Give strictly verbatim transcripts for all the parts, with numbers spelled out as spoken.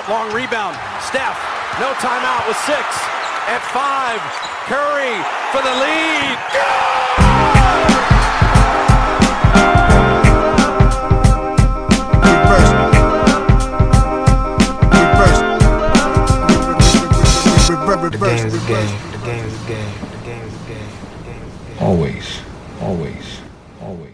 long rebound. Steph, no timeout with six. At five, Curry for the lead. The game is a game. The game is a game. The game is a game. The game is a game. Always, always, always.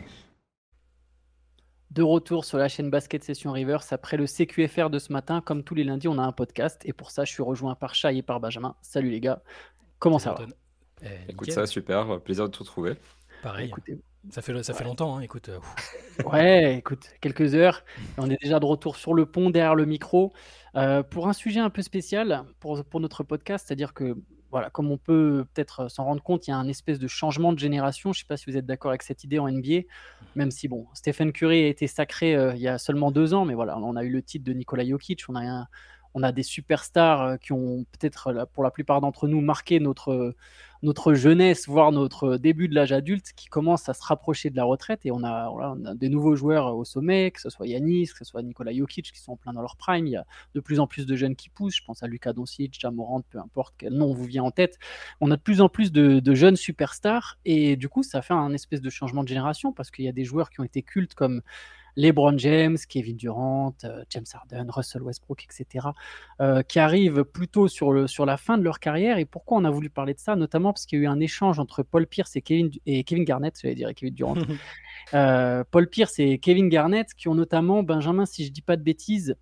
De retour sur la chaîne Basket Session Rivers après le C Q F R de ce matin. Comme tous les lundis, on a un podcast et pour ça, je suis rejoint par Shai et par Benjamin. Salut les gars, comment ça va? Eh, Écoute, nickel. ça, super, plaisir de te retrouver. Pareil. Écoutez, Ça fait, ça fait Ouais. longtemps, hein, écoute. euh, ouf. ouais, écoute, quelques heures. Et on est déjà de retour sur le pont derrière le micro euh, pour un sujet un peu spécial pour, pour notre podcast. C'est-à-dire que, voilà, comme on peut peut-être s'en rendre compte, il y a un espèce de changement de génération. Je ne sais pas si vous êtes d'accord avec cette idée en N B A, même si, bon, Stephen Curry a été sacré euh, il y a seulement deux ans, mais voilà, on a eu le titre de Nikola Jokic. On a, un- on a des superstars euh, qui ont peut-être, la- pour la plupart d'entre nous, marqué notre, notre jeunesse, voire notre début de l'âge adulte, qui commence à se rapprocher de la retraite. Et on a, voilà, on a des nouveaux joueurs au sommet, que ce soit Yanis, que ce soit Nikola Jokic, qui sont en plein dans leur prime. Il y a de plus en plus de jeunes qui poussent. Je pense à Luka Doncic, Ja Morant, peu importe quel nom vous vient en tête. On a de plus en plus de, de jeunes superstars. Et du coup, ça fait un espèce de changement de génération parce qu'il y a des joueurs qui ont été cultes comme LeBron James, Kevin Durant, euh, James Harden, Russell Westbrook, et cetera, euh, qui arrivent plutôt sur, le, sur la fin de leur carrière. Et pourquoi on a voulu parler de ça? Notamment parce qu'il y a eu un échange entre Paul Pierce et Kevin, et Kevin Garnett, j'allais dire et Kevin Durant. Euh, Paul Pierce et Kevin Garnett, qui ont notamment, Benjamin, si je dis pas de bêtises,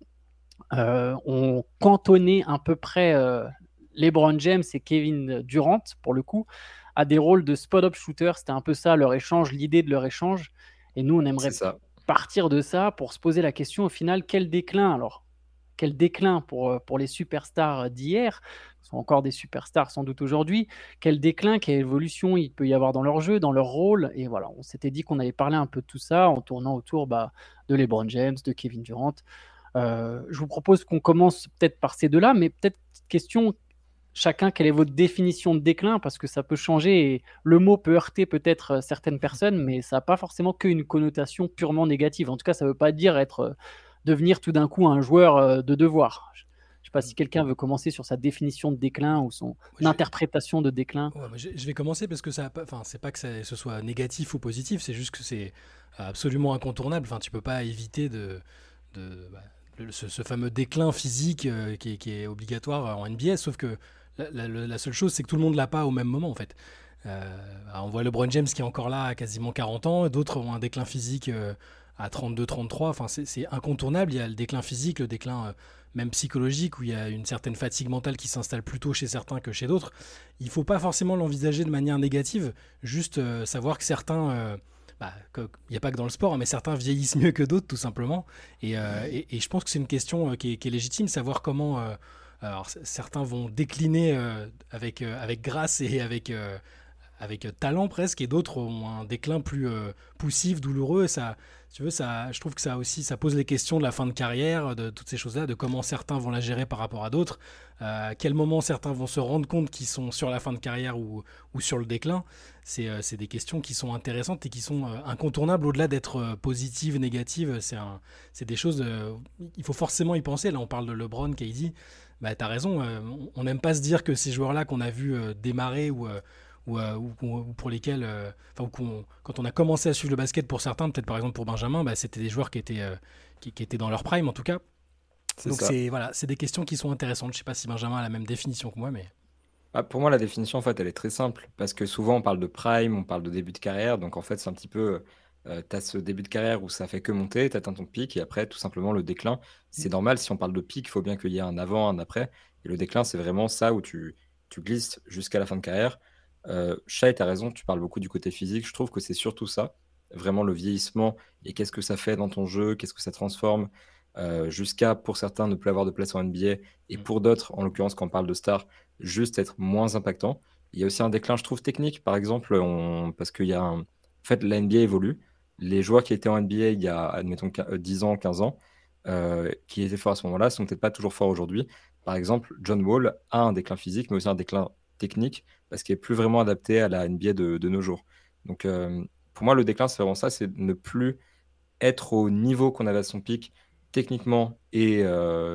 euh, ont cantonné à peu près euh, LeBron James et Kevin Durant, pour le coup, à des rôles de spot-up shooter. C'était un peu ça leur échange, l'idée de leur échange. Et nous, on C'est aimerait ça. partir de ça pour se poser la question au final, quel déclin alors? Quel déclin pour, euh, pour les superstars d'hier, qui sont encore des superstars sans doute aujourd'hui, quel déclin, quelle évolution il peut y avoir dans leur jeu, dans leur rôle. Et voilà, on s'était dit qu'on allait parler un peu de tout ça en tournant autour bah, de LeBron James, de Kevin Durant. Euh, je vous propose qu'on commence peut-être par ces deux-là, mais peut-être petite question, chacun, quelle est votre définition de déclin? Parce que ça peut changer et le mot peut heurter peut-être euh, certaines personnes, mais ça n'a pas forcément qu'une connotation purement négative. En tout cas, ça ne veut pas dire être, euh, devenir tout d'un coup un joueur euh, de devoir. Je ne sais pas si quelqu'un veut commencer sur sa définition de déclin ou son je vais- interprétation de déclin. Ouais, moi, je, je vais commencer parce que ça, a pas- enfin, c'est pas que ça, ce soit négatif ou positif, c'est juste que c'est absolument incontournable. Enfin, tu peux pas éviter de, de bah, le- ce, ce fameux déclin physique euh, qui, est, qui est obligatoire en N B A. Sauf que la, la- la seule chose, c'est que tout le monde l'a pas au même moment, en fait. Euh, on voit LeBron James qui est encore là à quasiment quarante ans, d'autres ont un déclin physique euh, à trente-deux trente-trois. Enfin, c'est, c'est incontournable. Il y a le déclin physique, le déclin euh, même psychologique, où il y a une certaine fatigue mentale qui s'installe plus tôt chez certains que chez d'autres. Il faut pas forcément l'envisager de manière négative, juste euh, savoir que certains, euh, bah, que- il n'y a pas que dans le sport, hein, mais certains vieillissent mieux que d'autres, tout simplement. Et, euh, et, et je pense que c'est une question euh, qui, est, qui est légitime, savoir comment. euh, alors, c- certains vont décliner euh, avec, euh, avec grâce et avec, euh, avec euh, talent presque, et d'autres ont un déclin plus euh, poussif, douloureux. Et ça, si tu veux, ça, je trouve que ça aussi, ça pose les questions de la fin de carrière, de toutes ces choses-là, de comment certains vont la gérer par rapport à d'autres, euh, à quel moment certains vont se rendre compte qu'ils sont sur la fin de carrière ou, ou sur le déclin. C'est, euh, c'est des questions qui sont intéressantes et qui sont euh, incontournables au-delà d'être euh, positives, négatives. C'est, un, c'est des choses, euh, il faut forcément y penser. Là, on parle de LeBron, K D. Bah, t'as raison, euh, on n'aime pas se dire que ces joueurs-là qu'on a vu euh, démarrer ou, euh, ou, euh, ou, ou pour lesquels, euh, enfin, ou qu'on- quand on a commencé à suivre le basket pour certains, peut-être par exemple pour Benjamin, bah, c'était des joueurs qui étaient, euh, qui, qui étaient dans leur prime en tout cas. C'est Donc ça. c'est voilà, c'est des questions qui sont intéressantes. Je sais pas si Benjamin a la même définition que moi, mais Ah, pour moi, la définition, en fait, elle est très simple. Parce que souvent, on parle de prime, on parle de début de carrière. Donc, en fait, c'est un petit peu. Euh, tu as ce début de carrière où ça fait que monter, tu atteins ton pic, et après, tout simplement, le déclin. C'est normal, si on parle de pic, il faut bien qu'il y ait un avant, un après. Et le déclin, c'est vraiment ça où tu, tu glisses jusqu'à la fin de carrière. Euh, Shai, tu as raison, tu parles beaucoup du côté physique. Je trouve que c'est surtout ça. Vraiment, le vieillissement et qu'est-ce que ça fait dans ton jeu, qu'est-ce que ça transforme. Euh, jusqu'à, pour certains, ne plus avoir de place en N B A. Et Mm. pour d'autres, en l'occurrence, quand on parle de stars, juste être moins impactant. Il y a aussi un déclin, je trouve, technique, par exemple, on- parce qu'il y a un... En fait, la N B A évolue. Les joueurs qui étaient en N B A il y a, admettons, quin- euh, dix ans, quinze ans, euh, qui étaient forts à ce moment-là, sont peut-être pas toujours forts aujourd'hui. Par exemple, John Wall a un déclin physique, mais aussi un déclin technique, parce qu'il est plus vraiment adapté à la N B A de, de nos jours. Donc, euh, pour moi, le déclin, c'est vraiment ça, c'est ne plus être au niveau qu'on avait à son pic, techniquement et, euh,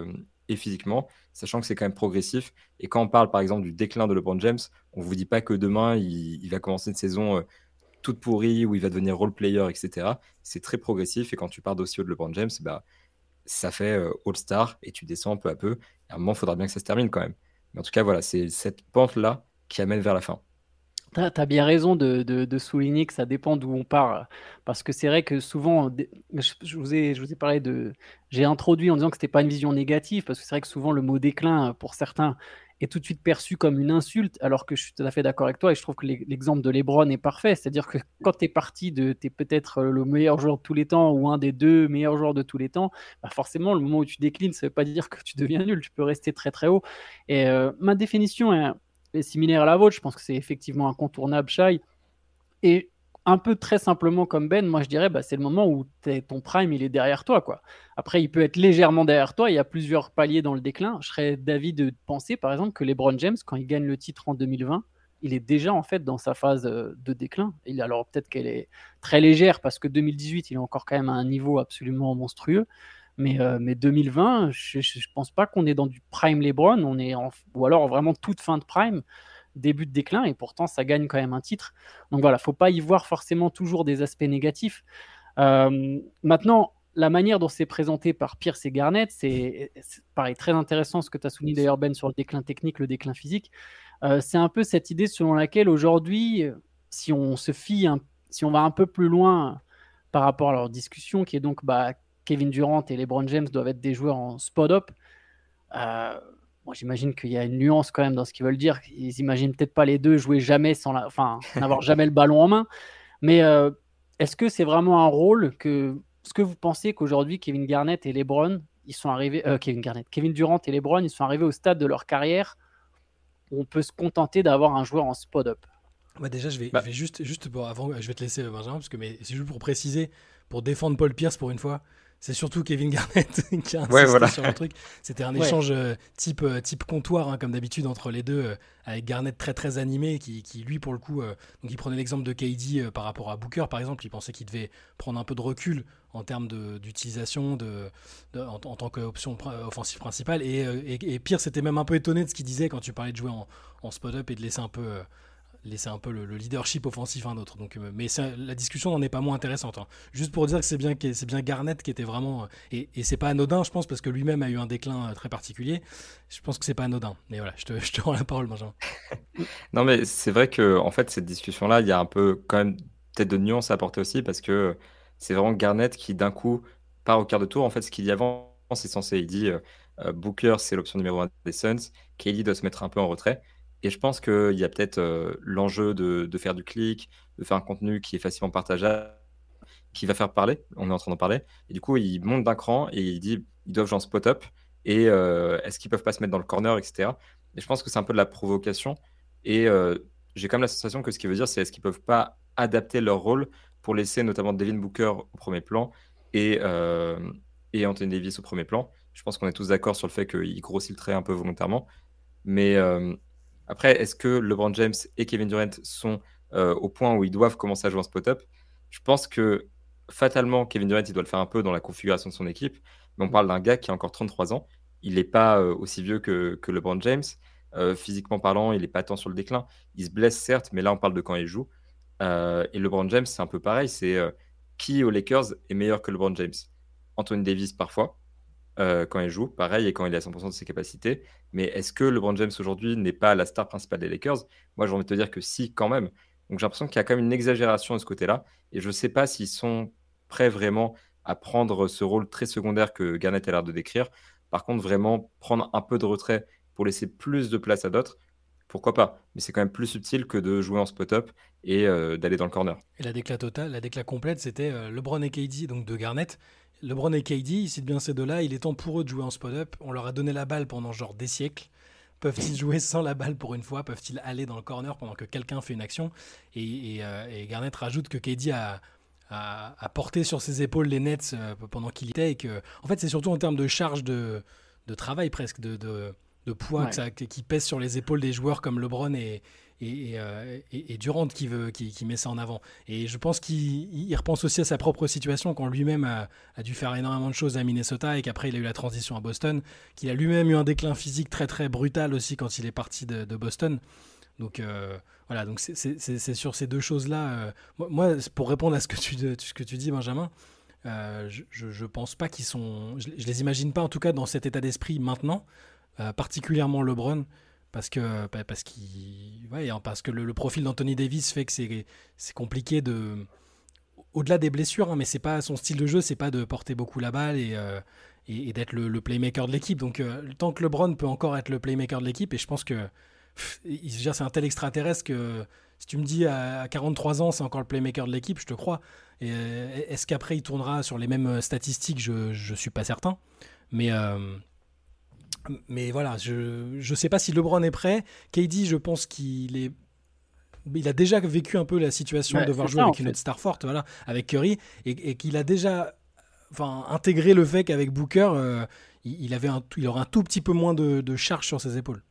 et physiquement, sachant que c'est quand même progressif. Et quand on parle par exemple du déclin de LeBron James, on ne vous dit pas que demain, il, il va commencer une saison euh, toute pourrie où il va devenir role player, et cetera. C'est très progressif et quand tu pars d'aussi haut de LeBron James, bah, ça fait euh, All-Star et tu descends peu à peu. Et à un moment, il faudra bien que ça se termine quand même. Mais en tout cas, voilà, c'est cette pente-là qui amène vers la fin. Tu as bien raison de, de- de souligner que ça dépend d'où on part. Parce que c'est vrai que souvent, dé- je, je vous ai, je vous ai parlé de. J'ai introduit en disant que c'était pas une vision négative, parce que c'est vrai que souvent le mot déclin, pour certains, est tout de suite perçu comme une insulte, alors que je suis tout à fait d'accord avec toi et je trouve que l'e- l'exemple de LeBron est parfait. C'est-à-dire que quand tu es parti de. Tu es peut-être le meilleur joueur de tous les temps ou un des deux meilleurs joueurs de tous les temps, bah forcément, le moment où tu déclines, ça veut pas dire que tu deviens nul. Tu peux rester très très haut. Et euh, ma définition est est similaire à la vôtre. Je pense que c'est effectivement incontournable, Shai. Et un peu très simplement comme Ben, moi je dirais, bah, c'est le moment où t'es- ton prime il est derrière toi, quoi. Après, il peut être légèrement derrière toi. Il y a plusieurs paliers dans le déclin. Je serais d'avis de penser, par exemple, que LeBron James, quand il gagne le titre en deux mille vingt, il est déjà en fait dans sa phase euh, de déclin. Il, alors peut-être qu'elle est très légère parce que deux mille dix-huit, il est encore quand même à un niveau absolument monstrueux. Mais, euh, mais deux mille vingt, je ne pense pas qu'on est dans du prime LeBron, on est en- ou alors vraiment toute fin de prime, début de déclin, et pourtant ça gagne quand même un titre. Donc voilà, faut pas y voir forcément toujours des aspects négatifs. Euh, maintenant, la manière dont c'est présenté par Pierce et Garnett, c'est c'est pareil, très intéressant ce que tu as souligné d'ailleurs, Ben, sur le déclin technique, le déclin physique. Euh, c'est un peu cette idée selon laquelle aujourd'hui, euh, si on se fie, un- si on va un peu plus loin par rapport à leur discussion, qui est donc bah, Kevin Durant et LeBron James doivent être des joueurs en spot-up. Euh, moi, j'imagine qu'il y a une nuance quand même dans ce qu'ils veulent dire. Ils imaginent peut-être pas les deux jouer jamais sans la, enfin, n'avoir jamais le ballon en main. Mais euh, est-ce que c'est vraiment un rôle que, est-ce que vous pensez qu'aujourd'hui Kevin Garnett et LeBron, ils sont arrivés, euh, Kevin Garnett, Kevin Durant et LeBron, ils sont arrivés au stade de leur carrière où on peut se contenter d'avoir un joueur en spot-up? Bah déjà, je vais, Bah, je vais juste, juste pour, avant, je vais te laisser, Benjamin, parce que mais c'est juste pour préciser, pour défendre Paul Pierce pour une fois, c'est surtout Kevin Garnett qui a insisté ouais, voilà. sur le truc. C'était un Ouais. échange euh, type, euh, type comptoir, hein, comme d'habitude, entre les deux, euh, avec Garnett très très animé, qui, qui lui, pour le coup, euh, donc il prenait l'exemple de K D euh, par rapport à Booker, par exemple, il pensait qu'il devait prendre un peu de recul en termes de- d'utilisation de, de- en, en tant qu'option pr- offensive principale. Et, euh, et, et Pierce était même un peu étonné de ce qu'il disait quand tu parlais de jouer en, en spot-up et de laisser un peu... euh, laisser un peu le, le leadership offensif à un autre. Donc, euh, mais ça, la discussion n'en est pas moins intéressante, hein. Juste pour dire que c'est bien, que- c'est bien Garnett qui était vraiment... euh, et, et c'est pas anodin, je pense, parce que lui-même a eu un déclin euh, très particulier. Je pense que c'est pas anodin. Mais voilà, je te, je te rends la parole, Benjamin. Non, mais c'est vrai que en fait, cette discussion-là, il y a un peu quand même peut-être de nuances à apporter aussi parce que c'est vraiment Garnett qui d'un coup part au quart de tour. En fait, ce qu'il y a avant, c'est censé, il dit euh, euh, Booker, c'est l'option numéro un des Suns. K D doit se mettre un peu en retrait. Et je pense qu'il y a peut-être euh, l'enjeu de, de faire du clic, de faire un contenu qui est facilement partageable, qui va faire parler. On est en train d'en parler. Et du coup, il monte d'un cran et il dit ils doivent jouer en spot-up. Et euh, est-ce qu'ils peuvent pas se mettre dans le corner, et cetera. Et je pense que c'est un peu de la provocation. Et euh, j'ai quand même la sensation que ce qu'il veut dire, c'est est-ce qu'ils peuvent pas adapter leur rôle pour laisser notamment Devin Booker au premier plan et, euh, et Anthony Davis au premier plan. Je pense qu'on est tous d'accord sur le fait qu'il grossit le trait un peu volontairement. Mais euh, après, est-ce que LeBron James et Kevin Durant sont euh, au point où ils doivent commencer à jouer en spot-up? Je pense que fatalement, Kevin Durant, il doit le faire un peu dans la configuration de son équipe. Mais on parle d'un gars qui a encore trente-trois ans. Il n'est pas euh, aussi vieux que, que LeBron James. Euh, physiquement parlant, il n'est pas tant sur le déclin. Il se blesse, certes, mais là, on parle de quand il joue. Euh, et LeBron James, c'est un peu pareil. C'est euh, qui aux Lakers est meilleur que LeBron James? Anthony Davis, parfois, euh, quand il joue, pareil, et quand il est à cent pour cent de ses capacités. Mais est-ce que LeBron James aujourd'hui n'est pas la star principale des Lakers? Moi, j'ai envie de te dire que si, quand même. Donc j'ai l'impression qu'il y a quand même une exagération de ce côté-là. Et je ne sais pas s'ils sont prêts vraiment à prendre ce rôle très secondaire que Garnett a l'air de décrire. Par contre, vraiment prendre un peu de retrait pour laisser plus de place à d'autres, pourquoi pas? Mais c'est quand même plus subtil que de jouer en spot-up et euh, d'aller dans le corner. Et la décla totale, la décla complète, c'était euh, LeBron et K D, donc de Garnett. LeBron et K D, ils citent bien ces deux-là. Il est temps pour eux de jouer en spot-up. On leur a donné la balle pendant genre des siècles. Peuvent-ils jouer sans la balle pour une fois? Peuvent-ils aller dans le corner pendant que quelqu'un fait une action? Et, et, euh, et Garnett rajoute que K D a, a, a porté sur ses épaules les Nets euh, pendant qu'il y était. Et que, en fait, c'est surtout en termes de charge de, de travail presque, de, de, de poids Ouais. que ça, qui pèse sur les épaules des joueurs comme LeBron et, et, et, euh, et- et Durant qui, veut, qui, qui met ça en avant. Et je pense qu'il il repense aussi à sa propre situation quand lui-même a, a dû faire énormément de choses à Minnesota et qu'après il a eu la transition à Boston, qu'il a lui-même eu un déclin physique très très brutal aussi quand il est parti de, de Boston. Donc euh, voilà, donc c'est- c'est c'est- c'est sur ces deux choses-là. euh, moi, moi, pour répondre à ce que tu, ce que tu dis, Benjamin, euh, je, je, je pense pas qu'ils sont. Je, je les imagine pas en tout cas dans cet état d'esprit maintenant, euh, particulièrement LeBron, parce que pa- parce qu'il, ouais, hein, parce que le, le profil d'Anthony Davis fait que c'est c'est compliqué de, au-delà des blessures, hein, mais c'est pas son style de jeu, c'est pas de porter beaucoup la balle et euh, et, et d'être le, le playmaker de l'équipe. Donc euh, tant que LeBron peut encore être le playmaker de l'équipe, et je pense que pff, il- je veux dire, c'est un tel extraterrestre que si tu me dis à à quarante-trois ans c'est encore le playmaker de l'équipe, je te crois. Et, euh, est-ce qu'après il tournera sur les mêmes statistiques? Je je suis pas certain. Mais euh, mais voilà, je je sais pas si LeBron est prêt. K D, je pense qu'il est il a déjà vécu un peu la situation de Ouais, devoir c'est jouer ça en avec une fait. autre star forte, voilà, avec Curry, et, et qu'il a déjà enfin, intégré le fait qu'avec Booker, euh, il, il avait un, il aura un tout petit peu moins de, de charge sur ses épaules.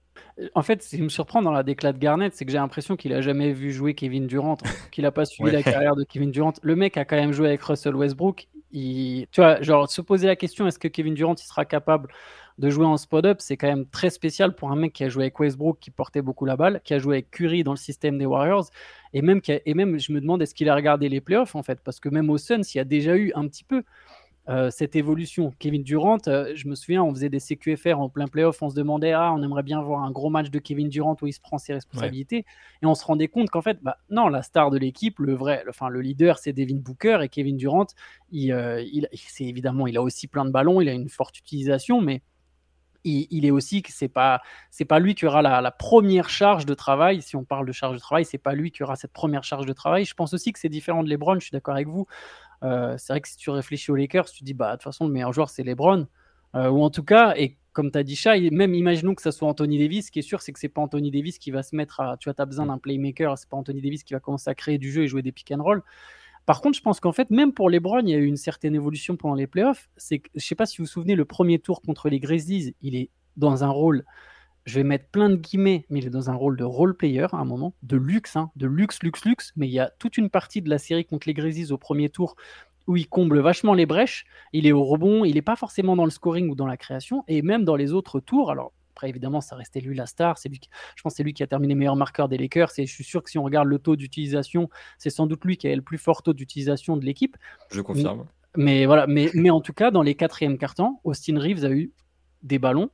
En fait, ce qui me surprend dans la déclat de Garnett, c'est que j'ai l'impression qu'il a jamais vu jouer Kevin Durant, en fait, qu'il a pas suivi Ouais. la carrière de Kevin Durant. Le mec a quand même joué avec Russell Westbrook. Il, tu vois, genre se poser la question, est-ce que Kevin Durant il sera capable de jouer en spot-up, c'est quand même très spécial pour un mec qui a joué avec Westbrook, qui portait beaucoup la balle, qui a joué avec Curry dans le système des Warriors, et même, qui a- et même je me demande est-ce qu'il a regardé les playoffs en fait, parce que même au Suns, il y a déjà eu un petit peu euh, cette évolution. Kevin Durant, euh, je me souviens, on faisait des C Q F R en plein playoff, on se demandait, ah, on aimerait bien voir un gros match de Kevin Durant où il se prend ses responsabilités, et on se rendait compte qu'en fait, bah, non, la star de l'équipe, le vrai, le, enfin, le leader, c'est Devin Booker, et Kevin Durant, il, euh, il, c'est évidemment, il a aussi plein de ballons, il a une forte utilisation, mais il, il est aussi que c'est pas c'est pas lui qui aura la, la première charge de travail. Si on parle de charge de travail, c'est pas lui qui aura cette première charge de travail. Je pense aussi que c'est différent de LeBron. Je suis d'accord avec vous. Euh, c'est vrai que si tu réfléchis aux Lakers, tu te dis bah de toute façon le meilleur joueur c'est LeBron. Euh, ou en tout cas, et comme tu as dit Shai, même imaginons que ça soit Anthony Davis. Ce qui est sûr, c'est que c'est pas Anthony Davis qui va se mettre à. Tu vois, tu as besoin d'un playmaker. C'est pas Anthony Davis qui va commencer à créer du jeu et jouer des pick and roll. Par contre, je pense qu'en fait, même pour LeBron, il y a eu une certaine évolution pendant les playoffs. C'est que, je ne sais pas si vous vous souvenez, le premier tour contre les Grizzlies, il est dans un rôle, je vais mettre plein de guillemets, mais il est dans un rôle de role player à un moment, de luxe, hein, de luxe, luxe, luxe. Mais il y a toute une partie de la série contre les Grizzlies au premier tour où il comble vachement les brèches. Il est au rebond, il n'est pas forcément dans le scoring ou dans la création. Et même dans les autres tours, alors après, évidemment, ça restait lui la star. C'est lui qui, je pense que c'est lui qui a terminé meilleur marqueur des Lakers. Et je suis sûr que si on regarde le taux d'utilisation, c'est sans doute lui qui a le plus fort taux d'utilisation de l'équipe. Je confirme. Mais voilà, mais, mais en tout cas, dans les quatrièmes cartons, Austin Reeves a eu des ballons.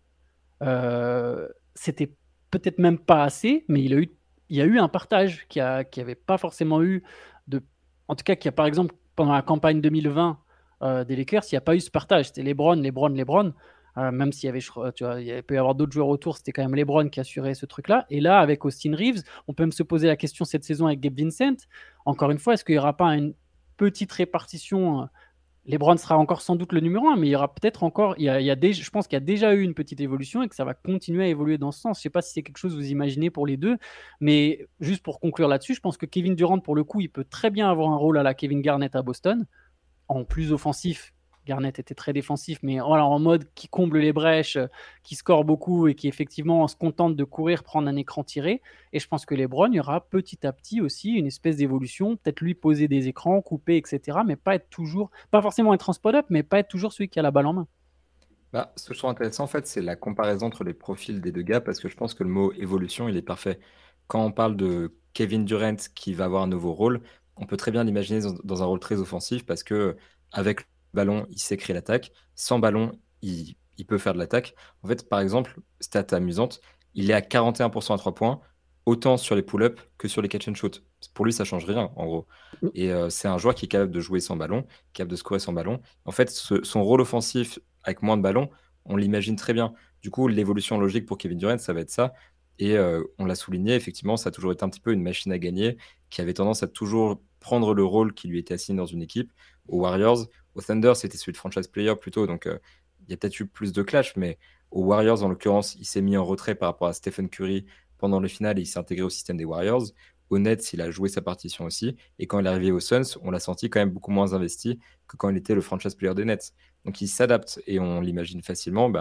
Euh, c'était peut-être même pas assez, mais il, a eu, il y a eu un partage qui a, qui avait pas forcément eu de. En tout cas, qui a par exemple, pendant la campagne deux mille vingt euh, des Lakers, il n'y a pas eu ce partage. C'était LeBron, LeBron, LeBron. Euh, même s'il y avait, je crois, tu vois, il peut y avoir d'autres joueurs autour, c'était quand même LeBron qui assurait ce truc-là. Et là, avec Austin Reeves, on peut même se poser la question cette saison avec Gabe Vincent. Encore une fois, est-ce qu'il n'y aura pas une petite répartition euh, LeBron sera encore sans doute le numéro un, mais il y aura peut-être encore, il y a, il y a déjà, je pense qu'il y a déjà eu une petite évolution et que ça va continuer à évoluer dans ce sens. Je ne sais pas si c'est quelque chose que vous imaginez pour les deux, mais juste pour conclure là-dessus, je pense que Kevin Durant, pour le coup, il peut très bien avoir un rôle à la Kevin Garnett à Boston, en plus offensif. Garnett était très défensif, mais voilà, en mode qui comble les brèches, qui score beaucoup et qui effectivement se contente de courir, prendre un écran tiré. Et je pense que LeBron, il y aura petit à petit aussi une espèce d'évolution, peut-être lui poser des écrans, couper, et cetera. Mais pas être toujours, pas forcément être en spot-up, mais pas être toujours celui qui a la balle en main. Bah, ce que je trouve intéressant, en fait, c'est la comparaison entre les profils des deux gars, parce que je pense que le mot évolution, il est parfait. Quand on parle de Kevin Durant qui va avoir un nouveau rôle, on peut très bien l'imaginer dans, dans un rôle très offensif, parce que avec le ballon, il sait créer l'attaque. Sans ballon, il, il peut faire de l'attaque. En fait, par exemple, stat amusante, il est à quarante et un pour cent à trois points, autant sur les pull-ups que sur les catch and shoot. Pour lui, ça change rien, en gros. Et euh, c'est un joueur qui est capable de jouer sans ballon, capable de scorer sans ballon. En fait, ce- son rôle offensif avec moins de ballon, on l'imagine très bien. Du coup, l'évolution logique pour Kevin Durant, ça va être ça. Et euh, on l'a souligné, effectivement, ça a toujours été un petit peu une machine à gagner, qui avait tendance à toujours prendre le rôle qui lui était assigné dans une équipe. Aux Warriors, au Thunder, c'était celui de franchise player plutôt, donc euh, il y a peut-être eu plus de clash, mais aux Warriors, en l'occurrence, il s'est mis en retrait par rapport à Stephen Curry pendant le final et il s'est intégré au système des Warriors. Au Nets, il a joué sa partition aussi. Et quand il est arrivé aux Suns, on l'a senti quand même beaucoup moins investi que quand il était le franchise player des Nets. Donc il s'adapte et on l'imagine facilement bah,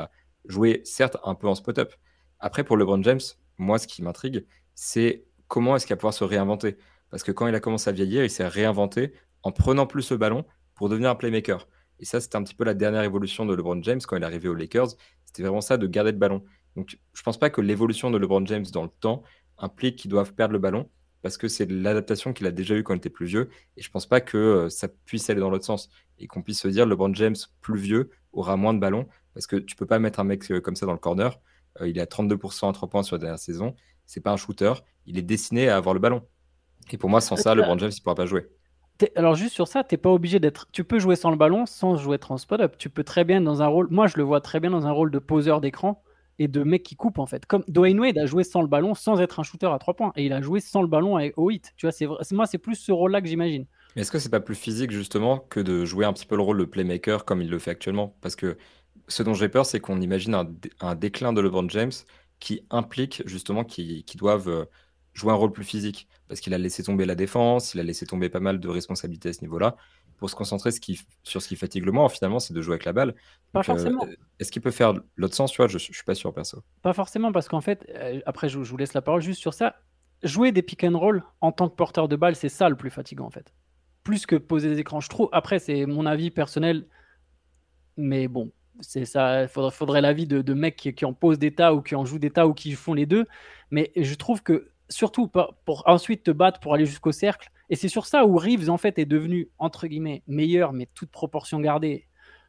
jouer certes un peu en spot-up. Après, pour LeBron James, moi, ce qui m'intrigue, c'est comment est-ce qu'il va pouvoir se réinventer. Parce que quand il a commencé à vieillir, il s'est réinventé en prenant plus le ballon pour devenir un playmaker. Et ça, c'était un petit peu la dernière évolution de LeBron James quand il est arrivé aux Lakers. C'était vraiment ça, de garder le ballon. Donc, je pense pas que l'évolution de LeBron James dans le temps implique qu'il doive perdre le ballon, parce que c'est l'adaptation qu'il a déjà eue quand il était plus vieux. Et je pense pas que euh, ça puisse aller dans l'autre sens. Et qu'on puisse se dire, LeBron James plus vieux aura moins de ballons, parce que tu peux pas mettre un mec euh, comme ça dans le corner. Euh, il est à trente-deux pour cent à trois points sur la dernière saison. C'est pas un shooter. Il est destiné à avoir le ballon. Et pour moi, sans ça, LeBron James, il pourra pas jouer. T'es- Alors juste sur ça, t'es pas obligé d'être. Tu peux jouer sans le ballon sans jouer en spot-up. Tu peux très bien dans un rôle. Moi, je le vois très bien dans un rôle de poseur d'écran et de mec qui coupe en fait. Comme Dwayne Wade a joué sans le ballon, sans être un shooter à trois points, et il a joué sans le ballon avec- au hit. Tu vois, c'est vrai- c'est- moi, c'est plus ce rôle-là que j'imagine. Mais est-ce que c'est pas plus physique justement que de jouer un petit peu le rôle de playmaker comme il le fait actuellement? Parce que ce dont j'ai peur, c'est qu'on imagine un, dé- un déclin de LeBron James qui implique justement qu'ils qu'ils doivent euh, jouer un rôle plus physique. Parce qu'il a laissé tomber la défense, il a laissé tomber pas mal de responsabilités à ce niveau-là, pour se concentrer ce qui, sur ce qui fatigue le moins, finalement, c'est de jouer avec la balle. Pas Donc, euh, forcément. est-ce qu'il peut faire l'autre sens, tu vois? Je, je suis pas sûr, perso. Pas forcément parce qu'en fait, euh, après, je, je vous laisse la parole juste sur ça. Jouer des pick and roll en tant que porteur de balle, c'est ça le plus fatigant en fait. Plus que poser des écrans. Je trouve. Après, c'est mon avis personnel. Mais bon, c'est ça. Il faudrait, faudrait l'avis de, de mecs qui, qui en posent des tas ou qui en jouent des tas ou qui font les deux. Mais je trouve que surtout pour, pour ensuite te battre pour aller jusqu'au cercle. Et c'est sur ça où Reeves en fait est devenu entre guillemets meilleur, mais toute proportion gardée,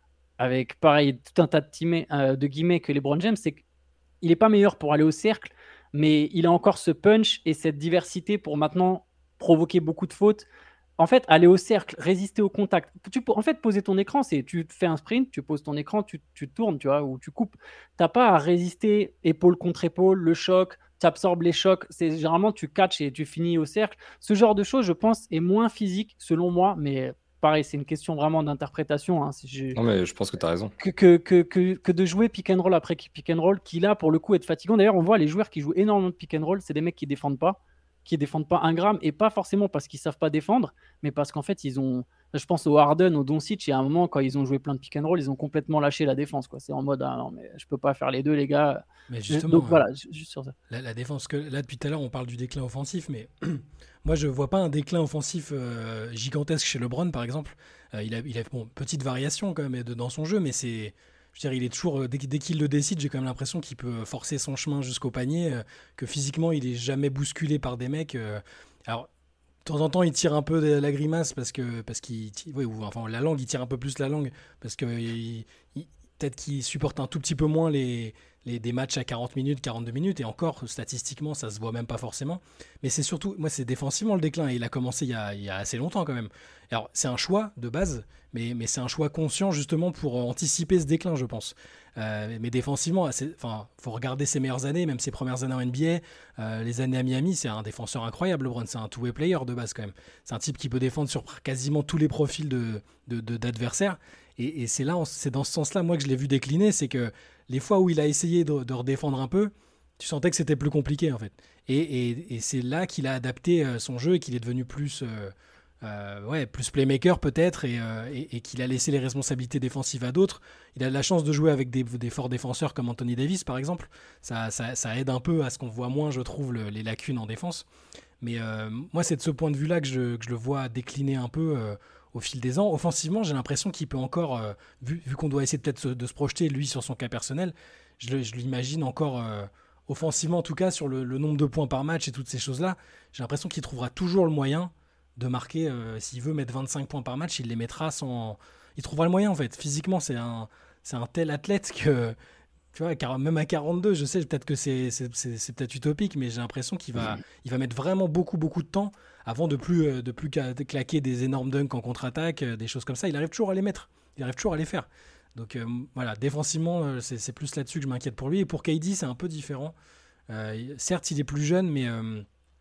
avec pareil tout un tas de, teammates, euh, de guillemets que LeBron James. C'est qu'il n'est pas meilleur pour aller au cercle, mais il a encore ce punch et cette diversité pour maintenant provoquer beaucoup de fautes. En fait, aller au cercle, résister au contact. Tu peux, en fait, poser ton écran, c'est tu fais un sprint, tu poses ton écran, tu, tu tournes, tu vois, ou tu coupes. T'as pas à résister épaule contre épaule, le choc, tu absorbes les chocs. C'est généralement tu catches et tu finis au cercle. Ce genre de choses, je pense, est moins physique selon moi, mais pareil, c'est une question vraiment d'interprétation. Hein. Si j'ai- Non, mais je pense que tu as raison. que, que, que, que, que de jouer pick and roll après pick and roll, qui là, pour le coup, est fatigant. D'ailleurs, on voit les joueurs qui jouent énormément de pick and roll, c'est des mecs qui défendent pas, qui défendent pas un gramme, et pas forcément parce qu'ils savent pas défendre, mais parce qu'en fait, ils ont. Je pense au Harden, au Doncic, il y a un moment, quand ils ont joué plein de pick and roll, ils ont complètement lâché la défense. Quoi. C'est en mode, ah non, mais je peux pas faire les deux, les gars. Mais justement, Donc euh, voilà, ju- juste sur ça. La, la défense, que là depuis tout à l'heure on parle du déclin offensif, mais moi je vois pas un déclin offensif euh, gigantesque chez LeBron par exemple. Euh, il a, il a bon, petite variation quand même de- dans son jeu, mais c'est, je veux dire, il est toujours euh, dès, qu'il- dès qu'il le décide, j'ai quand même l'impression qu'il peut forcer son chemin jusqu'au panier, euh, que physiquement il est jamais bousculé par des mecs. euh. Alors de temps en temps il tire un peu de la grimace parce que parce qu'il, ti- oui, ou enfin la langue, il tire un peu plus la langue parce que il- il- peut-être qu'il supporte un tout petit peu moins les les, des matchs à quarante minutes, quarante-deux minutes, et encore, statistiquement, ça se voit même pas forcément. Mais c'est surtout, moi, c'est défensivement le déclin, et il a commencé il y a, il y a assez longtemps quand même. Alors, c'est un choix de base, mais, mais c'est un choix conscient justement pour anticiper ce déclin, je pense. Euh, mais défensivement, il faut regarder ses meilleures années, même ses premières années en N B A, euh, les années à Miami, c'est un défenseur incroyable, LeBron, c'est un two-way player de base quand même. C'est un type qui peut défendre sur quasiment tous les profils de, de, de, d'adversaires. Et, et c'est là, c'est dans ce sens-là, moi, que je l'ai vu décliner, c'est que les fois où il a essayé de, de redéfendre un peu, tu sentais que c'était plus compliqué en fait. Et, et, et c'est là qu'il a adapté euh, son jeu et qu'il est devenu plus, euh, euh, ouais, plus playmaker peut-être et, euh, et, et qu'il a laissé les responsabilités défensives à d'autres. Il a de la chance de jouer avec des, des forts défenseurs comme Anthony Davis par exemple. Ça, ça, ça aide un peu à ce qu'on voit moins, je trouve, le, les lacunes en défense. Mais euh, moi, c'est de ce point de vue-là que je, que je le vois décliner un peu euh, au fil des ans. Offensivement, j'ai l'impression qu'il peut encore, euh, vu, vu qu'on doit essayer peut-être se- de se projeter, lui, sur son cas personnel, je, le- je l'imagine encore, euh, offensivement en tout cas, sur le, le nombre de points par match et toutes ces choses-là, j'ai l'impression qu'il trouvera toujours le moyen de marquer, euh, s'il veut mettre vingt-cinq points par match, il les mettra sans... Il trouvera le moyen, en fait. Physiquement, c'est un, c'est un tel athlète que... Tu vois, car même à quarante-deux, je sais peut-être que c'est, c'est, c'est, c'est peut-être utopique, mais j'ai l'impression qu'il va, il va mettre vraiment beaucoup, beaucoup de temps avant de plus, euh, de plus ca- de claquer des énormes dunks en contre-attaque, euh, des choses comme ça. Il arrive toujours à les mettre. Il arrive toujours à les faire. Donc euh, voilà, défensivement, euh, c'est, c'est plus là-dessus que je m'inquiète pour lui. Et pour K D, c'est un peu différent. Euh, certes, il est plus jeune, mais euh,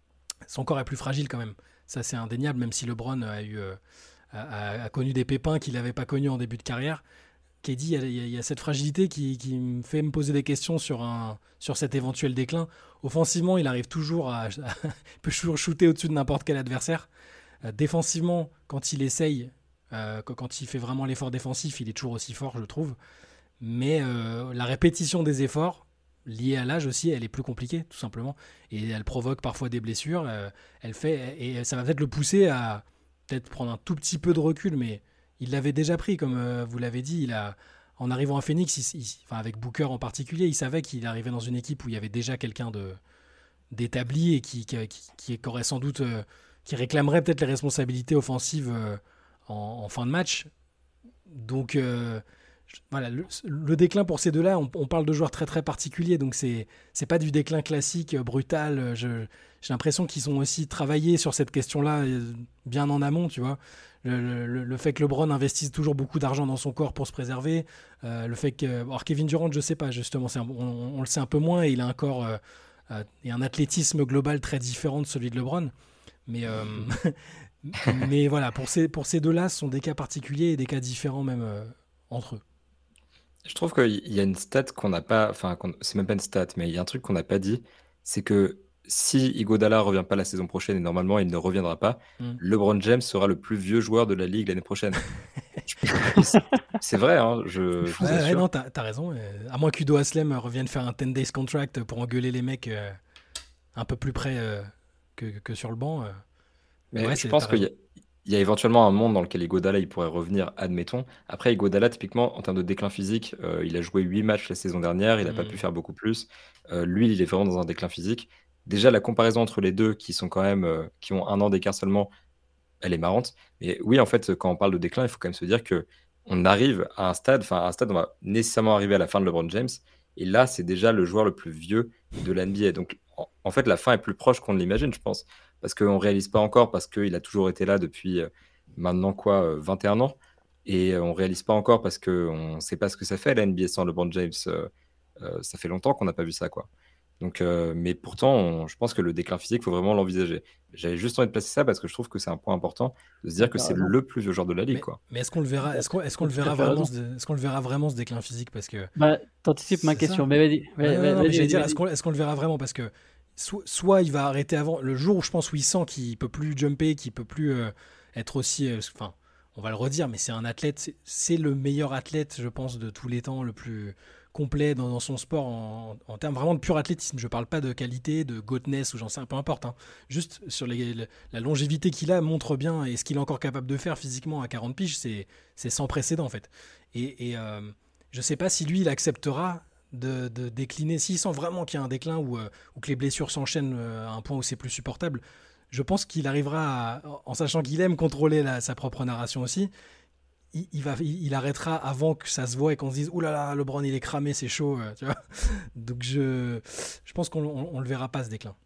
son corps est plus fragile quand même. Ça, c'est indéniable, même si LeBron a, eu, euh, a, a- a connu des pépins qu'il n'avait pas connus en début de carrière. K D, il y a, il y a- il y a cette fragilité qui, qui me fait me poser des questions sur, un, sur cet éventuel déclin. Offensivement, il arrive toujours à, à il peut toujours shooter au-dessus de n'importe quel adversaire. Euh, défensivement, quand il essaye, euh, quand, quand il fait vraiment l'effort défensif, il est toujours aussi fort, je trouve. mais euh, la répétition des efforts liée à l'âge aussi, elle est plus compliquée, tout simplement. Et elle provoque parfois des blessures. euh, elle fait, et ça va peut-être le pousser à peut-être prendre un tout petit peu de recul, mais il l'avait déjà pris, comme euh, vous l'avez dit. Il a, en arrivant à Phoenix, il- il- enfin avec Booker en particulier, il savait qu'il arrivait dans une équipe où il y avait déjà quelqu'un de, d'établi et qui, qui, qui, qui aurait sans doute, euh, qui réclamerait peut-être les responsabilités offensives euh, en, en fin de match. Donc euh, je- voilà, le, le déclin pour ces deux-là, on, on parle de joueurs très très particuliers, donc c'est c'est pas du déclin classique, euh, brutal. euh, Je, j'ai l'impression qu'ils ont aussi travaillé sur cette question-là euh, bien en amont, tu vois. Le, le- le fait que LeBron investisse toujours beaucoup d'argent dans son corps pour se préserver, euh, le fait que, alors Kevin Durant, je sais pas, justement, c'est un- on, on le sait un peu moins et il a un corps euh, euh, et un athlétisme global très différent de celui de LeBron. Mais, euh, mais voilà, pour ces, pour ces deux-là, ce sont des cas particuliers et des cas différents même euh, entre eux. Je trouve qu'il y a une stat qu'on n'a pas, enfin, qu'on- c'est même pas une stat, mais il y a un truc qu'on n'a pas dit, c'est que si Iguodala revient pas la saison prochaine, et normalement il ne reviendra pas, Mm. LeBron James sera le plus vieux joueur de la ligue l'année prochaine. Je- C'est c'est vrai, hein, je, je vous Ouais, ouais, assure. non, t'as, t'as raison. euh, à moins qu'Udo Aslem euh, revienne faire un ten days contract pour engueuler les mecs euh, un peu plus près euh, que, que sur le banc. euh. Mais Mais ouais, je c'est, pense t'as qu'il y raison. a, il y a éventuellement un monde dans lequel Iguodala il pourrait revenir, admettons. Après, Iguodala, typiquement, en termes de déclin physique, euh, il a joué huit matchs la saison dernière, il n'a pas pu Mm. faire beaucoup plus. Euh, lui, il est vraiment dans un déclin physique. Déjà, la comparaison entre les deux, qui sont quand même, euh, qui ont un an d'écart seulement, elle est marrante. Mais oui, en fait, quand on parle de déclin, il faut quand même se dire que on arrive à un stade, enfin, à un stade, on va nécessairement arriver à la fin de LeBron James. Et là, c'est déjà le joueur le plus vieux de la N B A. Donc, en, en fait, la fin est plus proche qu'on ne l'imagine, je pense. Parce qu'on ne réalise pas encore, parce qu'il a toujours été là depuis euh, maintenant, quoi, euh, vingt et un ans. Et euh, on ne réalise pas encore parce qu'on ne sait pas ce que ça fait, la N B A sans LeBron James. Euh, euh, ça fait longtemps qu'on n'a pas vu ça, quoi. Donc, euh, mais pourtant, on- je pense que le déclin physique, il faut vraiment l'envisager. J'avais juste envie de placer ça parce que je trouve que c'est un point important de se dire Mais que t'as c'est raison. le plus vieux joueur de la ligue, Mais, quoi. mais est-ce qu'on le verra, T'as est-ce qu'on, est-ce qu'on t'as le tout à verra fait vraiment, raison. ce, est-ce qu'on le verra vraiment ce déclin physique? Parce que Bah, t'anticipes ma c'est question, ça. mais vas-y, Non, vas- non, vas- non, mais vas-y, j'allais vas-y, dire, est-ce vas-y. qu'on, est-ce qu'on le verra vraiment? Parce que so- soit il va arrêter avant, le jour où je pense où il sent qu'il peut plus jumper, qu'il peut plus euh, être aussi, euh, enfin, on va le redire, mais c'est un athlète, c'est, c'est le meilleur athlète, je pense, de tous les temps, le plus complet dans, dans son sport en, en termes vraiment de pur athlétisme. Je parle pas de qualité, de goatness ou j'en sais, peu importe, hein. Juste sur les- le- la longévité qu'il a montre bien et ce qu'il est encore capable de faire physiquement à quarante piges, c'est, c'est sans précédent en fait. Et, et euh, je sais pas si lui, il acceptera de, de décliner, s'il sent vraiment qu'il y a un déclin ou, euh, ou que les blessures s'enchaînent euh, à un point où c'est plus supportable. Je pense qu'il arrivera, à- en sachant qu'il aime contrôler la- sa propre narration aussi, il, il va, il, il arrêtera avant que ça se voit et qu'on se dise « Ouh là là, LeBron, il est cramé, c'est chaud. euh, » tu vois. Donc je, je pense qu'on on, on le verra pas, ce déclin.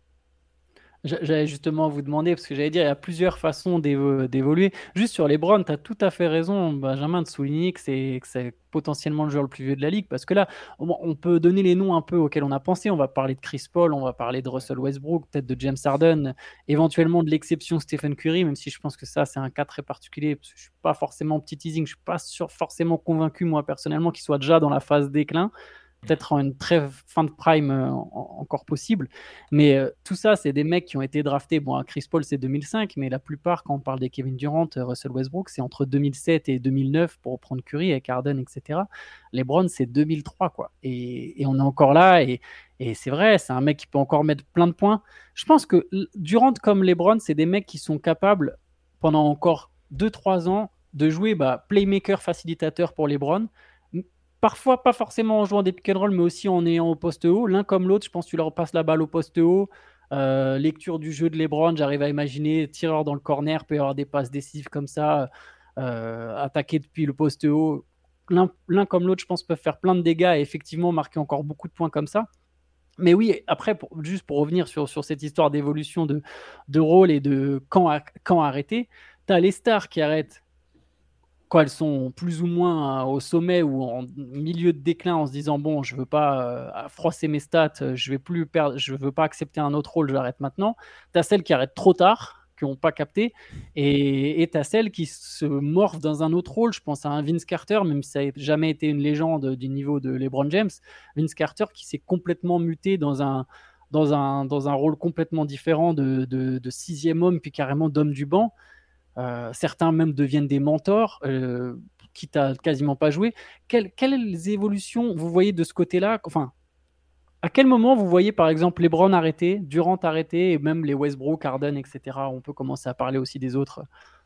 J'a- J'allais justement vous demander, parce que j'allais dire, il y a plusieurs façons d'évo- d'évoluer. Juste sur LeBron, tu as tout à fait raison, Benjamin, de souligner que c'est que c'est potentiellement le joueur le plus vieux de la ligue, parce que là, on, on peut donner les noms un peu auxquels on a pensé. On va parler de Chris Paul, on va parler de Russell Westbrook, peut-être de James Harden, éventuellement de l'exception Stephen Curry, même si je pense que ça, c'est un cas très particulier, parce que je suis pas forcément petit teasing, je suis pas sûr, forcément convaincu, moi, personnellement, qu'il soit déjà dans la phase déclin. Peut-être en une très fin de prime euh, en- encore possible. Mais euh, tout ça, c'est des mecs qui ont été draftés. Bon, Chris Paul, c'est deux mille cinq, mais la plupart, quand on parle des Kevin Durant, euh, Russell Westbrook, c'est entre deux mille sept et deux mille neuf pour reprendre Curry avec Harden, et cetera. LeBron, c'est deux mille trois, quoi. Et, et on est encore là. Et, et c'est vrai, c'est un mec qui peut encore mettre plein de points. Je pense que l- Durant comme LeBron, c'est des mecs qui sont capables, pendant encore deux trois ans, de jouer bah, playmaker facilitateur pour LeBron. M- Parfois, pas forcément en jouant des pick and roll, mais aussi en ayant au poste haut. L'un comme l'autre, je pense que tu leur passes la balle au poste haut. Euh, lecture du jeu de LeBron, j'arrive à imaginer, tireur dans le corner, peut y avoir des passes décisives comme ça, euh, attaquer depuis le poste haut. L'un, l'un comme l'autre, je pense, peuvent faire plein de dégâts et effectivement marquer encore beaucoup de points comme ça. Mais oui, après, pour- juste pour revenir sur, sur cette histoire d'évolution de, de rôle et de quand, a- quand arrêter, tu as les stars qui arrêtent quand elles sont plus ou moins euh, au sommet ou en milieu de déclin en se disant bon, je veux pas euh, froisser mes stats, euh, je vais plus perdre, je veux pas accepter un autre rôle, j'arrête maintenant. Tu as celles qui arrêtent trop tard, qui n'ont pas capté, et tu as celles qui se morphent dans un autre rôle. Je pense à un Vince Carter, même si ça n'a jamais été une légende du niveau de LeBron James. Vince Carter qui s'est complètement muté dans un, dans un, dans un rôle complètement différent de, de, de sixième homme, puis carrément d'homme du banc. Euh, certains même deviennent des mentors. Euh, quitte à quasiment pas jouer. Quelles, quelles évolutions vous voyez de ce côté-là? Enfin, à quel moment vous voyez par exemple LeBron arrêter, Durant arrêter, et même les Westbrook, Harden, et cetera. On peut commencer à parler aussi des autres.